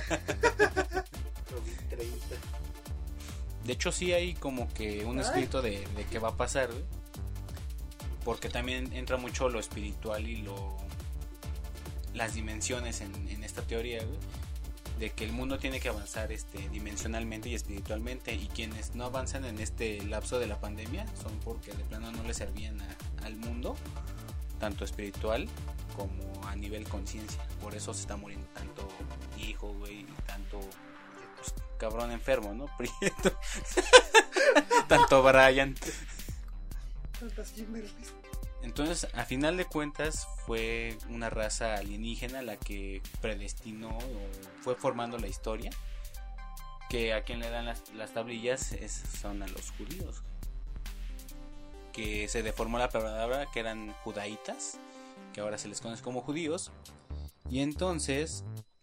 C: treinta.
D: De hecho sí hay como que un escrito de, de qué va a pasar, güey. Porque también entra mucho lo espiritual y lo las dimensiones en, en esta teoría, güey, de que el mundo tiene que avanzar este dimensionalmente y espiritualmente, y quienes no avanzan en este lapso de la pandemia son porque de plano no le servían a, al mundo, tanto espiritual como a nivel conciencia. Por eso se está muriendo tanto hijo, güey, y tanto pues, cabrón enfermo, ¿no? Prieto. Tanto Brian.
B: Tantas Kimberlys.
D: Entonces, a final de cuentas, fue una raza alienígena la que predestinó o fue formando la historia. Que a quien le dan las, las tablillas es, son a los judíos. Que se deformó la palabra, que eran judaítas, que ahora se les conoce como judíos. Y entonces,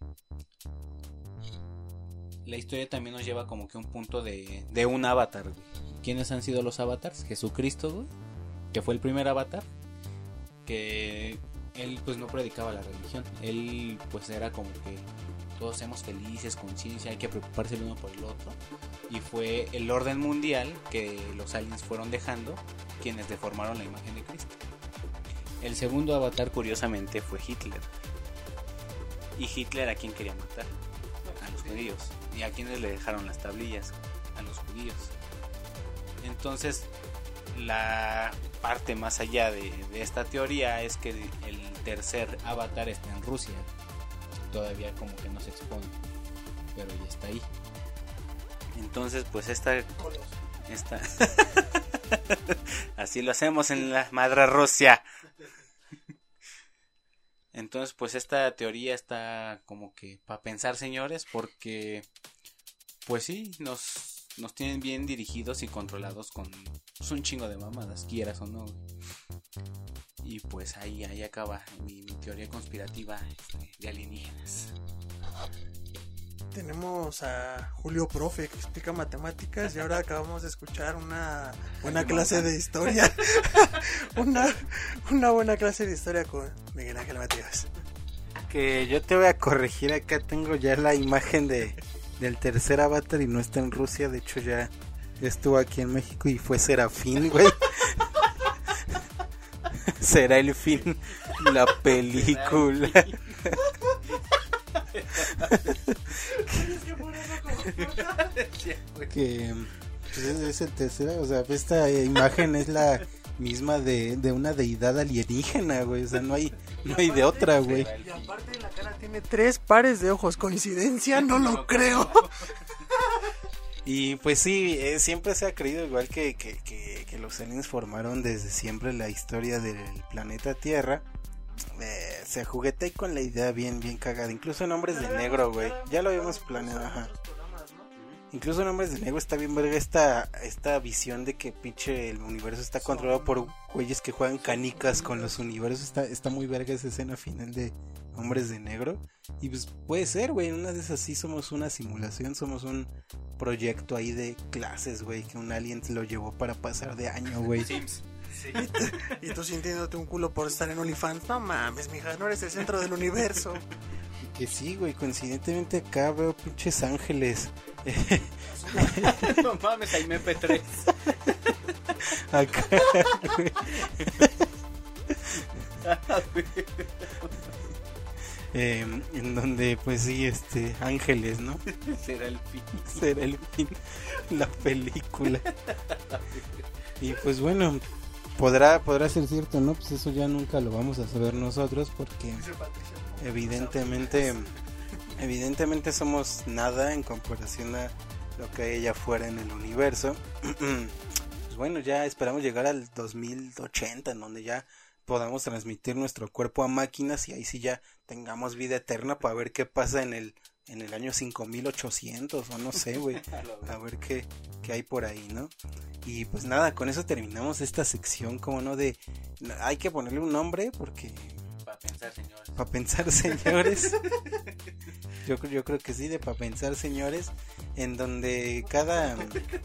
D: la historia también nos lleva como que un punto de, de un avatar. ¿Quiénes han sido los avatars? Jesucristo, güey, que fue el primer avatar, que él pues no predicaba la religión, él pues era como que todos seamos felices, conciencia, hay que preocuparse el uno por el otro, y fue el orden mundial que los aliens fueron dejando quienes deformaron la imagen de Cristo. El segundo avatar, curiosamente, fue Hitler. ¿Y Hitler a quién quería matar? A los judíos. ¿Y a quiénes le dejaron las tablillas? A los judíos. Entonces, la parte más allá de, de esta teoría es que el tercer avatar está en Rusia. Todavía como que no se expone, pero ya está ahí. Entonces, pues esta... esta así lo hacemos en la madre Rusia. Entonces, pues esta teoría está como que para pensar, señores, porque pues sí, nos, nos tienen bien dirigidos y controlados con pues, un chingo de mamadas, quieras o no. Y pues ahí, ahí acaba mi, mi teoría conspirativa este, de alienígenas.
B: Tenemos a Julio Profe que explica matemáticas y ahora acabamos de escuchar una buena clase de historia. una, una buena clase de historia con Miguel Ángel Matías.
C: Que yo te voy a corregir, acá tengo ya la imagen de del tercer avatar y no está en Rusia, de hecho ya, ya estuvo aquí en México y fue Serafín, güey. Será el fin, la película. Que pues es el tercero, o sea, esta imagen es la misma de, de una deidad alienígena, güey, o sea, no hay no hay de otra, güey.
B: Y aparte la cara tiene tres pares de ojos, coincidencia, no lo creo.
C: Y pues sí, eh, siempre se ha creído igual que, que, que, que los aliens formaron desde siempre la historia del planeta Tierra. Eh, se juguetea con la idea bien, bien cagada. Incluso en Hombres de Negro, güey. Ya lo habíamos planeado, ajá. Incluso en Hombres de Negro está bien verga esta, esta visión de que pinche el universo está controlado por güeyes que juegan canicas con los universos. Está, está muy verga esa escena final de Hombres de Negro. Y pues puede ser, güey. En una de esas sí somos una simulación, somos un proyecto ahí de clases, güey. Que un alien lo llevó para pasar de año, güey.
D: Sims. Sí.
B: Y, tú, y tú sintiéndote un culo por estar en OnlyFans. No mames, mija, no eres el centro del universo.
C: Que sí, güey, coincidentemente acá veo pinches ángeles.
D: No mames, hay M P tres.
C: Acá, güey. eh, en donde, pues sí, este, ángeles, ¿no?
D: Será el fin.
C: Será el fin. La película. Y pues bueno, podrá, podrá ser cierto, ¿no? Pues eso ya nunca lo vamos a saber nosotros porque evidentemente evidentemente somos nada en comparación a lo que hay allá afuera en el universo. Pues bueno, ya esperamos llegar al dos mil ochenta, en donde ya podamos transmitir nuestro cuerpo a máquinas y ahí sí ya tengamos vida eterna para ver qué pasa en el en el año cinco mil ochocientos o no sé, güey, a ver qué, qué hay por ahí, ¿no? Y pues nada, con eso terminamos esta sección, como no, de hay que ponerle un nombre porque
D: para pensar, señores.
C: Para pensar, señores. yo, yo creo que sí, de para pensar, señores, en donde cada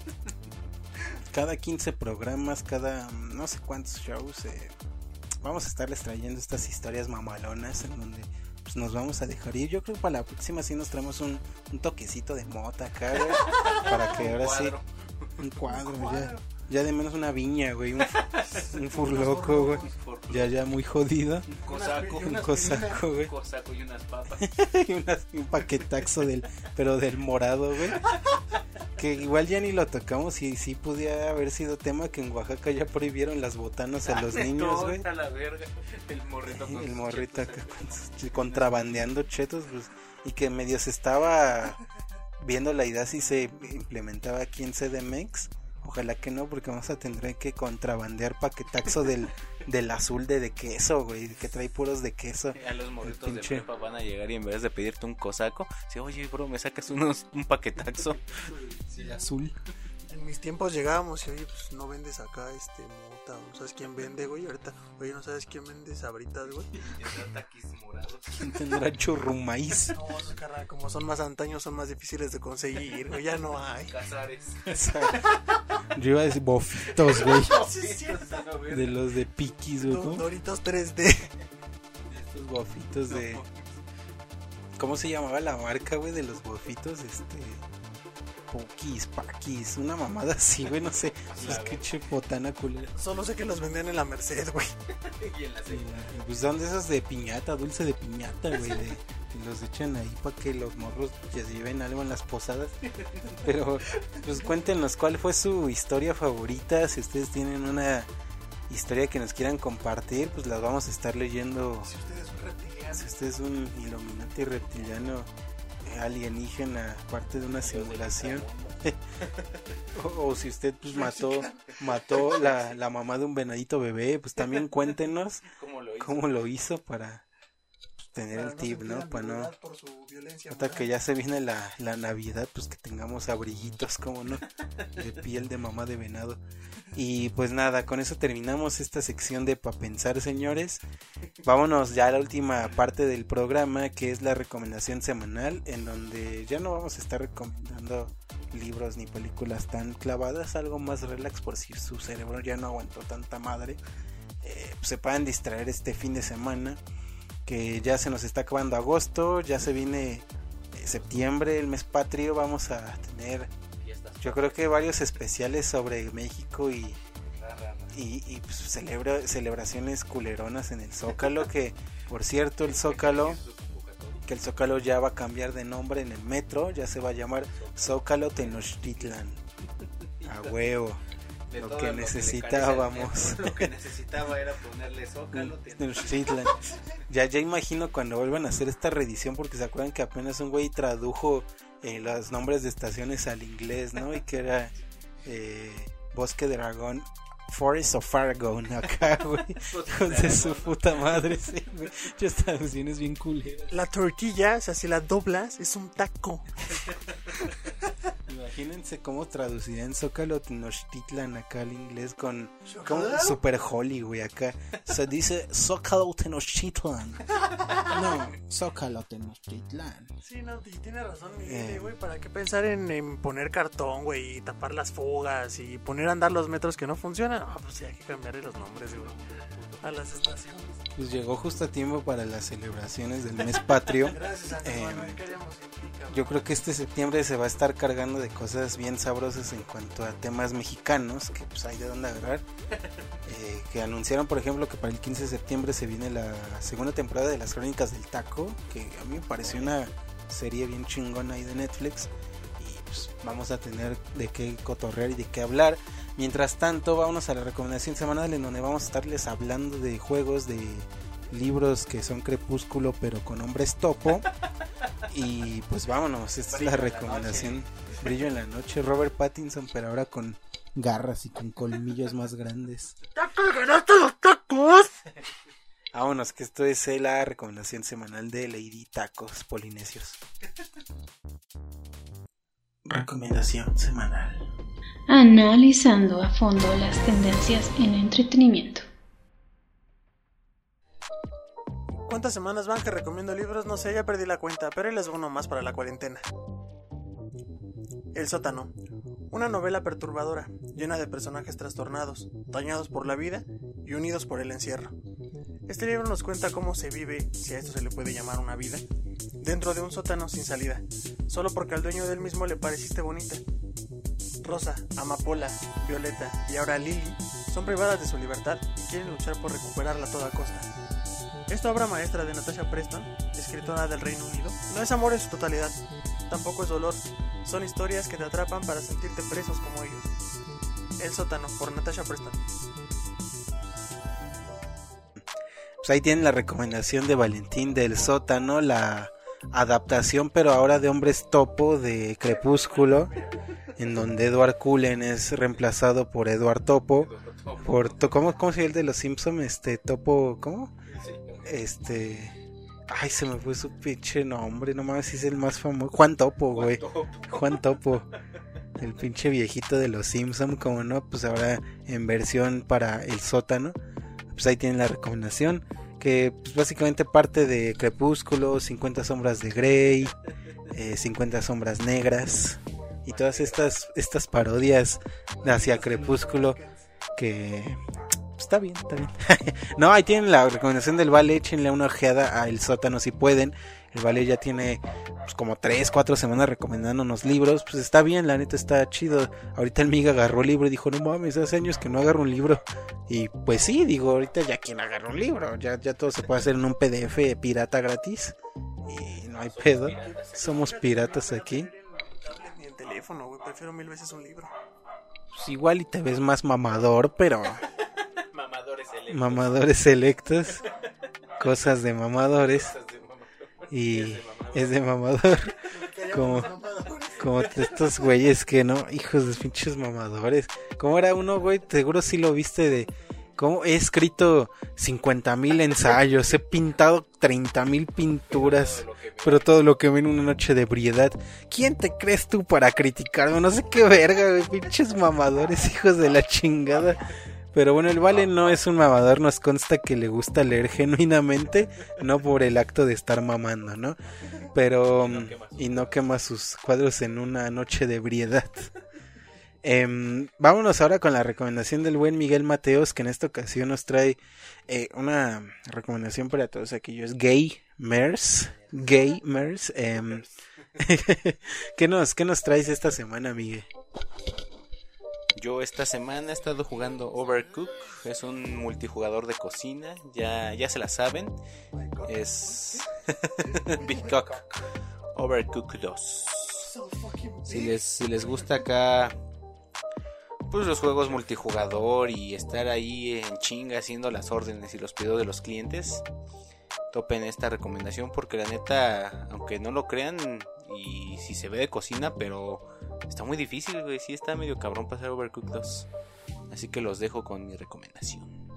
C: cada quince programas, cada no sé cuántos shows, eh, vamos a estarles trayendo estas historias mamalonas en donde pues nos vamos a dejar ir. Yo creo que para la próxima sí nos traemos un, un toquecito de mota acá, güey, para que ahora sí un cuadro, un cuadro. ya ya de menos una viña, güey, un, un furloco, güey, ya ya muy jodido,
D: un cosaco,
C: un cosaco, güey,
D: un cosaco y unas papas
C: y unas, un paquetaxo del, pero del morado, güey, que igual ya ni lo tocamos y sí podía haber sido tema que en Oaxaca ya prohibieron las botanas a los niños, güey.
D: A la verga, el morrito con
C: el morrito acá con, contrabandeando chetos, pues, y que medio se estaba viendo la idea si se implementaba aquí en C D M X. Ojalá que no, porque vamos a tener que contrabandear paquetaxo del, del azul de, de queso, güey, que trae puros de queso.
D: A los morritos de prepa van a llegar y en vez de pedirte un cosaco, dice, oye, bro, ¿me sacas unos un paquetaxo?
C: Sí, azul.
B: En mis tiempos llegábamos y, oye, pues no vendes acá este mota, ¿no sabes quién vende, güey? Ahorita, oye, ¿no sabes quién vende sabritas, güey?
D: Tendrá taquis morados.
C: ¿Quién tendrá churrumais?
B: No, carnal, como son más antaños, son más difíciles de conseguir, güey, ya no hay.
D: Cazares.
C: Yo iba a decir bofitos, güey.
B: Sí, sí, sí.
C: De los de Piquis, güey.
B: Do- Doritos tres D.
C: Estos bofitos de... ¿Cómo se llamaba la marca, güey, de los bofitos? Este... Pokis, Paquis, una mamada así, güey, no sé. Es que che botana culera.
B: Solo sé que los vendían en la Merced, güey.
D: Y en la segunda.
C: Pues son de esos de piñata, dulce de piñata, güey. De, y los echan ahí para que los morros ya se lleven algo en las posadas. Pero, pues cuéntenos cuál fue su historia favorita. Si ustedes tienen una historia que nos quieran compartir, pues las vamos a estar leyendo.
B: Si usted es un reptiliano.
C: Si usted es un Illuminati reptiliano, alienígena, parte de una simulación. o, o si usted pues mató mató la, la mamá de un venadito bebé, pues también cuéntenos
D: ¿Cómo lo hizo?
C: cómo lo hizo para pues, tener
B: Para
C: el
B: no
C: tip,
B: sentir
C: ¿no? Para no,
B: ambigüedad por su violencia
C: hasta
B: moral.
C: que ya se viene la, la Navidad, pues que tengamos abriguitos, como no, de piel de mamá de venado. Y pues nada, con eso terminamos esta sección de Pa' Pensar, señores. Vámonos ya a la última parte del programa, que es la recomendación semanal, en donde ya no vamos a estar recomendando libros ni películas tan clavadas, algo más relax por si su cerebro ya no aguantó tanta madre. Eh, pues se puedan distraer este fin de semana, que ya se nos está acabando agosto, ya se viene eh, septiembre, el mes patrio. Vamos a tener, yo creo que varios especiales sobre México y y, y pues, celebra, celebraciones culeronas en el Zócalo, que por cierto el Zócalo que el Zócalo ya va a cambiar de nombre en el metro, ya se va a llamar Zócalo Tenochtitlan. A huevo.
D: De
C: Lo
D: todo
C: que
D: lo le
C: necesitábamos.
D: carece al metro, lo que necesitaba era ponerle Zócalo.
C: Tenochtitlan. Ya, ya imagino cuando vuelvan a hacer esta reedición, porque se acuerdan que apenas un güey tradujo eh, los nombres de estaciones al inglés, ¿no? Y que era eh, Bosque de Dragón, Forest of Aragón, acá, güey. Hijos de su puta madre, sí, güey. Muchas traducciones bien culeras.
B: La tortilla, o sea, si la doblas, es un taco.
C: Imagínense cómo traducirían Zócalo Tenochtitlan acá al inglés con como
B: ¿Zócalo?
C: super holy, güey, acá. Se dice Zócalo Tenochtitlan. No, Zócalo Tenochtitlan.
B: Sí, no, y tiene razón,
C: Eh.
B: Miguel, güey. ¿Para qué pensar en, en poner cartón, güey? Y tapar las fugas y poner a andar los metros que no funcionan. Ah, pues sí, hay que cambiarle los nombres, güey. A las estaciones.
C: Pues llegó justo a tiempo para las celebraciones del mes patrio.
B: Gracias, Andrés
C: Eh,
B: Manuel, queríamos en ti, cabrón.
C: Yo creo que este septiembre se va a estar cargando de cosas bien sabrosas en cuanto a temas mexicanos, que pues hay de dónde agarrar. Eh, que anunciaron, por ejemplo, que para el quince de septiembre se viene la segunda temporada de Las Crónicas del Taco, que a mí me pareció una serie bien chingona ahí de Netflix. Y pues vamos a tener de qué cotorrear y de qué hablar. Mientras tanto, vámonos a la recomendación semanal, en donde vamos a estarles hablando de juegos, de libros que son Crepúsculo pero con hombres topo. Y pues vámonos, esta es la recomendación. Brillo en la noche, Robert Pattinson, pero ahora con garras y con colmillos más grandes.
B: ¡Tacos, ganaste los tacos!
C: Vámonos, que esto es la recomendación semanal de Lady Tacos Polinesios. Recomendación semanal.
A: Analizando a fondo las tendencias en entretenimiento.
B: ¿Cuántas semanas van que recomiendo libros? No sé, ya perdí la cuenta, pero ahí les va uno más para la cuarentena. El sótano. Una novela perturbadora, llena de personajes trastornados, dañados por la vida y unidos por el encierro. Este libro nos cuenta cómo se vive, si a esto se le puede llamar una vida, dentro de un sótano sin salida, solo porque al dueño del mismo le pareciste bonita. Rosa, Amapola, Violeta y ahora Lily son privadas de su libertad y quieren luchar por recuperarla a toda costa. Esta obra maestra de Natasha Preston, escritora del Reino Unido, no es amor en su totalidad, tampoco es dolor, son historias que te atrapan para sentirte presos como ellos. El sótano, por Natasha Preston.
C: Pues ahí tienen la recomendación de Valentín del Sótano, la adaptación pero ahora de Hombres Topo de Crepúsculo, en donde Edward Cullen es reemplazado por Edward Topo, por to- ¿cómo, cómo se llama el de los Simpsons? Este Topo, ¿cómo? Este, ay, se me fue su pinche nombre, no mames, si es el más famoso, Juan Topo, güey. Juan Topo, el pinche viejito de los Simpsons, como no, pues ahora en versión para el sótano. Pues ahí tienen la recomendación, que pues básicamente parte de Crepúsculo, cincuenta sombras de Grey, eh, cincuenta sombras negras y todas estas estas parodias hacia Crepúsculo que Está bien, está bien. No, ahí tienen la recomendación del Vale, échenle una ojeada a El Sótano si pueden. El Vale ya tiene pues, como tres, cuatro semanas recomendándonos libros. Pues está bien, la neta está chido. Ahorita el Miga agarró el libro y dijo, no mames, hace años que no agarro un libro. Y pues sí, digo, ahorita ya quien agarra un libro. Ya, ya todo se puede hacer en un P D F pirata gratis. Y no hay pedo. Somos piratas aquí.
B: Ni el teléfono, güey, prefiero mil veces un libro.
C: Pues igual y te ves más mamador, pero...
D: Mamadores selectos.
C: Mamadores selectos. Cosas de mamadores. Y es de mamador. Como, como estos güeyes que no, hijos de pinches mamadores. ¿Cómo era uno, güey? Seguro sí lo viste de... ¿Cómo? He escrito cincuenta mil ensayos, he pintado treinta mil pinturas, pero todo lo que ven en una noche de ebriedad. ¿Quién te crees tú para criticarme? No sé qué verga, güey, pinches mamadores, hijos de la chingada. Pero bueno, el Vale no es un mamador, nos consta que le gusta leer genuinamente, no por el acto de estar mamando, ¿no? Pero... y no quema sus cuadros en una noche de ebriedad. Eh, vámonos ahora con la recomendación del buen Miguel Mateos, que en esta ocasión nos trae eh, una recomendación para todos aquellos gamers, gamers. Eh, ¿qué nos, qué nos traes esta semana, Miguel?
D: Yo esta semana he estado jugando Overcooked, es un multijugador de cocina, ya, ya se la saben, es Big Cock, Overcooked dos. Si les, si les gusta acá pues los juegos multijugador y estar ahí en chinga haciendo las órdenes y los pedidos de los clientes, topen esta recomendación porque la neta, aunque no lo crean y si se ve de cocina, pero está muy difícil, güey, sí está medio cabrón pasar Overcooked dos. Así que los dejo con mi recomendación.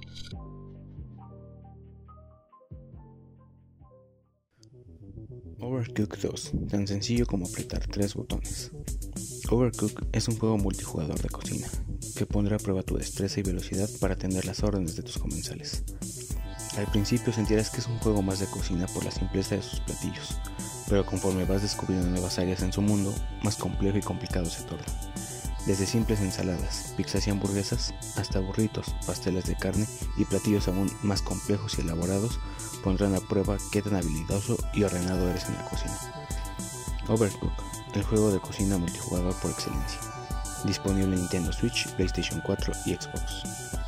D: Overcooked dos, tan sencillo como apretar tres botones. Overcooked es un juego multijugador de cocina que pondrá a prueba tu destreza y velocidad para atender las órdenes de tus comensales. Al principio sentirás que es un juego más de cocina por la simpleza de sus platillos, pero conforme vas descubriendo nuevas áreas en su mundo, más complejo y complicado se torna. Desde simples ensaladas, pizzas y hamburguesas, hasta burritos, pasteles de carne y platillos aún más complejos y elaborados pondrán a prueba qué tan habilidoso y ordenado eres en la cocina. Overcooked, el juego de cocina multijugador por excelencia. Disponible en Nintendo Switch, PlayStation cuatro y Xbox.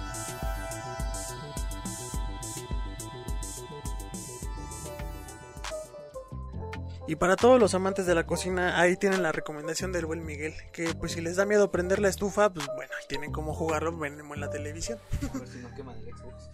B: Y para todos los amantes de la cocina, ahí tienen la recomendación del buen Miguel, que pues si les da miedo prender la estufa, pues bueno, ahí tienen cómo jugarlo, ven en la televisión.
D: Por si no queman el Xbox.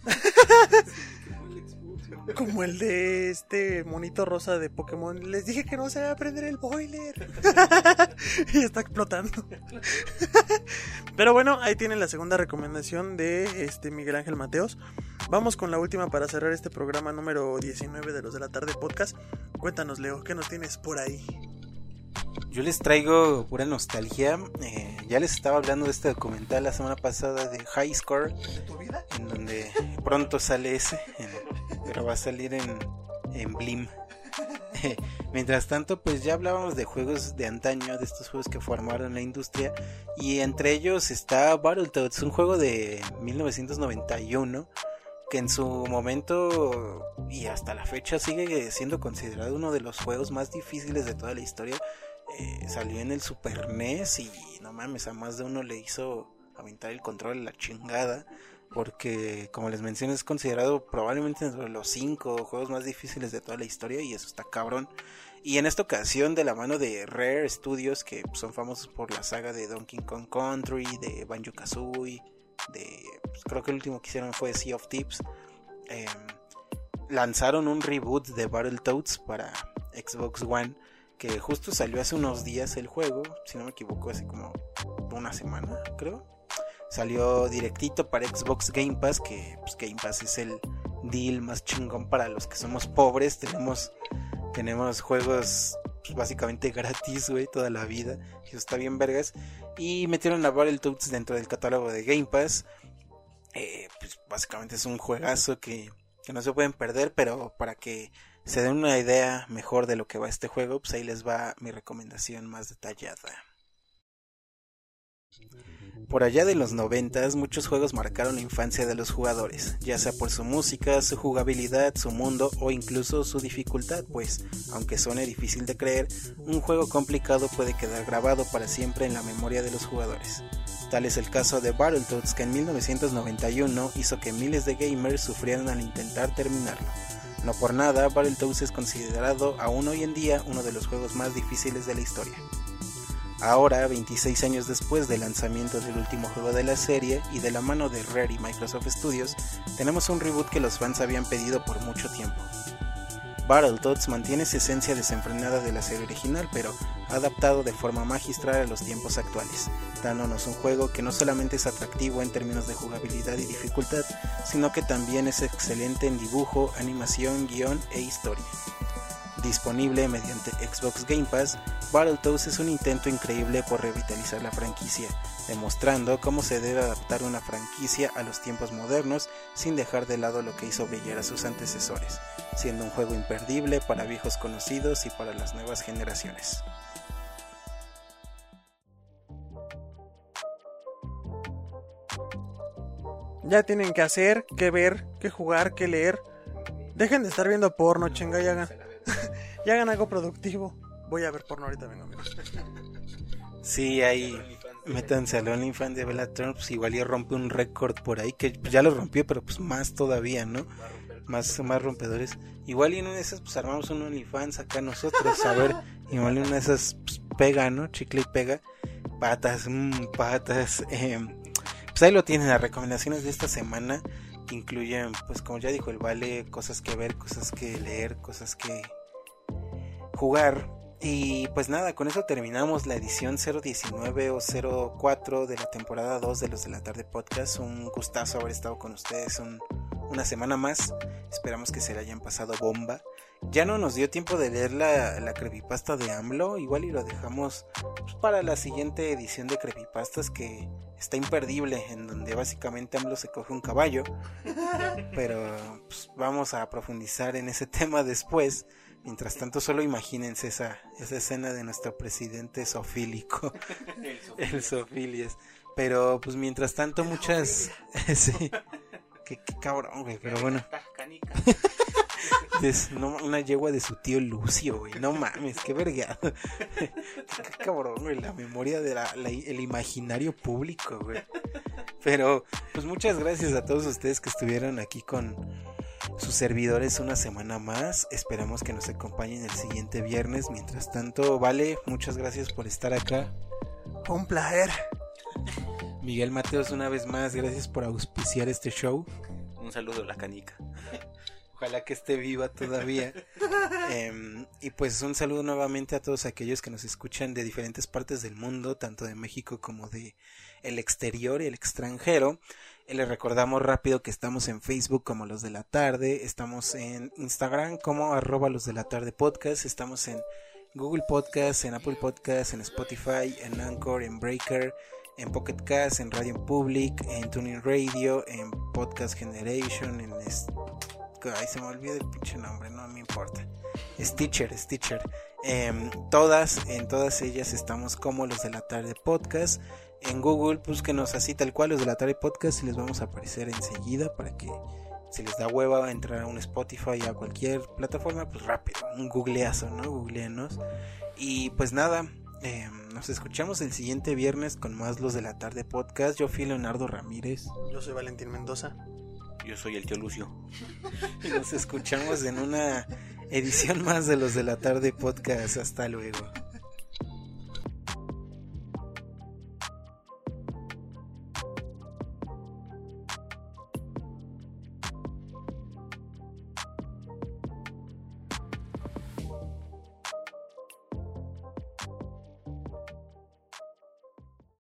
B: Como el de este monito rosa de Pokémon. Les dije que no se va a prender el boiler. Y está explotando. Pero bueno, ahí tienen la segunda recomendación de este Miguel Ángel Mateos. Vamos con la última para cerrar este programa número diecinueve de los de la tarde podcast. Cuéntanos, Leo, ¿qué nos tienes por ahí?
C: Yo les traigo pura nostalgia. eh, Ya les estaba hablando de este documental la semana pasada de High Score, en donde pronto sale ese, en, pero va a salir en, en Blim. Mientras tanto, pues ya hablábamos de juegos de antaño, de estos juegos que formaron la industria, y entre ellos está Battletoads, un juego de mil novecientos noventa y uno que en su momento y hasta la fecha sigue siendo considerado uno de los juegos más difíciles de toda la historia. Eh, salió en el Super N E S y no mames, a más de uno le hizo aventar el control a la chingada, porque como les mencioné es considerado probablemente entre los cinco juegos más difíciles de toda la historia, y eso está cabrón. Y en esta ocasión, de la mano de Rare Studios, que son famosos por la saga de Donkey Kong Country, de Banjo-Kazooie, de pues, creo que el último que hicieron fue Sea of Thieves, eh, lanzaron un reboot de Battletoads para Xbox One, que justo salió hace unos días el juego, si no me equivoco, hace como una semana, creo. Salió directito para Xbox Game Pass, que pues, Game Pass es el deal más chingón para los que somos pobres. Tenemos, tenemos juegos pues, básicamente gratis, güey, toda la vida. Y eso está bien vergas. Y metieron a Battletoads dentro del catálogo de Game Pass. Eh, pues básicamente es un juegazo que, que no se pueden perder, pero para que se den una idea mejor de lo que va este juego, pues ahí les va mi recomendación más detallada. Por allá de los noventas, muchos juegos marcaron la infancia de los jugadores, ya sea por su música, su jugabilidad, su mundo o incluso su dificultad, pues, aunque suene difícil de creer, un juego complicado puede quedar grabado para siempre en la memoria de los jugadores. Tal es el caso de Battletoads, que en mil novecientos noventa y uno hizo que miles de gamers sufrieran al intentar terminarlo. No por nada, Battletoads es considerado aún hoy en día uno de los juegos más difíciles de la historia. Ahora, veintiséis años después del lanzamiento del último juego de la serie y de la mano de Rare y Microsoft Studios, tenemos un reboot que los fans habían pedido por mucho tiempo. Battletoads mantiene esa esencia desenfrenada de la serie original, pero adaptado de forma magistral a los tiempos actuales, dándonos un juego que no solamente es atractivo en términos de jugabilidad y dificultad, sino que también es excelente en dibujo, animación, guión e historia. Disponible mediante Xbox Game Pass, Battletoads es un intento increíble por revitalizar la franquicia, demostrando cómo se debe adaptar una franquicia a los tiempos modernos sin dejar de lado lo que hizo brillar a sus antecesores, siendo un juego imperdible para viejos conocidos y para las nuevas generaciones.
B: Ya tienen que hacer, que ver, que jugar, que leer. Dejen de estar viendo porno, chinga, y hagan, y hagan algo productivo. Voy a ver porno ahorita, vengo, amigos.
C: Sí, ahí métanse al OnlyFans de Bellator, pues igual ya rompe un récord por ahí, que ya lo rompió, pero pues más todavía, ¿no? Más, más rompedores. Igual y en una de esas pues armamos un OnlyFans acá nosotros, a ver, igual en una de esas pues, pega, ¿no? Chicle y pega. Patas, mmm, patas. Eh, pues ahí lo tienen, las recomendaciones de esta semana, que incluyen, pues como ya dijo el Vale, cosas que ver, cosas que leer, cosas que jugar. Y pues nada, con eso terminamos la edición cero diecinueve o cero cuatro de la temporada dos de Los de la Tarde Podcast. Un gustazo haber estado con ustedes un, una semana más. Esperamos que se la hayan pasado bomba. Ya no nos dio tiempo de leer la, la creepypasta de AMLO, igual y lo dejamos pues, para la siguiente edición de creepypastas, que está imperdible, en donde básicamente AMLO se coge un caballo. Pero pues, vamos a profundizar en ese tema después. Mientras tanto, solo imagínense esa, esa escena de nuestro presidente zoofílico. El zoofilias. Pero pues mientras tanto muchas... sí. Qué, qué cabrón, güey, pero bueno. Es, no, una yegua de su tío Lucio, güey, no mames, qué vergado. Qué, qué cabrón, güey, la memoria de la, la, el imaginario público, güey. Pero pues muchas gracias a todos ustedes que estuvieron aquí con sus servidores una semana más. Esperamos que nos acompañen el siguiente viernes. Mientras tanto, Vale, muchas gracias por estar acá.
B: Un placer.
C: Miguel Mateos, una vez más, gracias por auspiciar este show.
D: Un saludo a la canica.
C: Ojalá que esté viva todavía. eh, y pues un saludo nuevamente a todos aquellos que nos escuchan de diferentes partes del mundo, tanto de México como de el exterior y el extranjero. Eh, les recordamos rápido que estamos en Facebook como Los de la Tarde, estamos en Instagram como arroba Los de la Tarde Podcast, estamos en Google Podcast, en Apple Podcast, en Spotify, en Anchor, en Breaker, en Pocket Cast, en Radio Public, en TuneIn Radio, en Podcast Generation, en... Est- Ay, se me olvida el pinche nombre, no me importa. Stitcher, Stitcher. Eh, todas, en todas ellas estamos como Los de la Tarde Podcast. En Google, búsquenos así tal cual, Los de la Tarde Podcast, y les vamos a aparecer enseguida para que si les da hueva entrar a un Spotify, a cualquier plataforma, pues rápido, un googleazo, ¿no? Googleanos. Y pues nada, eh, nos escuchamos el siguiente viernes con más Los de la Tarde Podcast. Yo fui Leonardo Ramírez.
B: Yo soy Valentín Mendoza.
D: Yo soy el tío Lucio.
C: Y nos escuchamos en una edición más de Los de la Tarde Podcast. Hasta luego.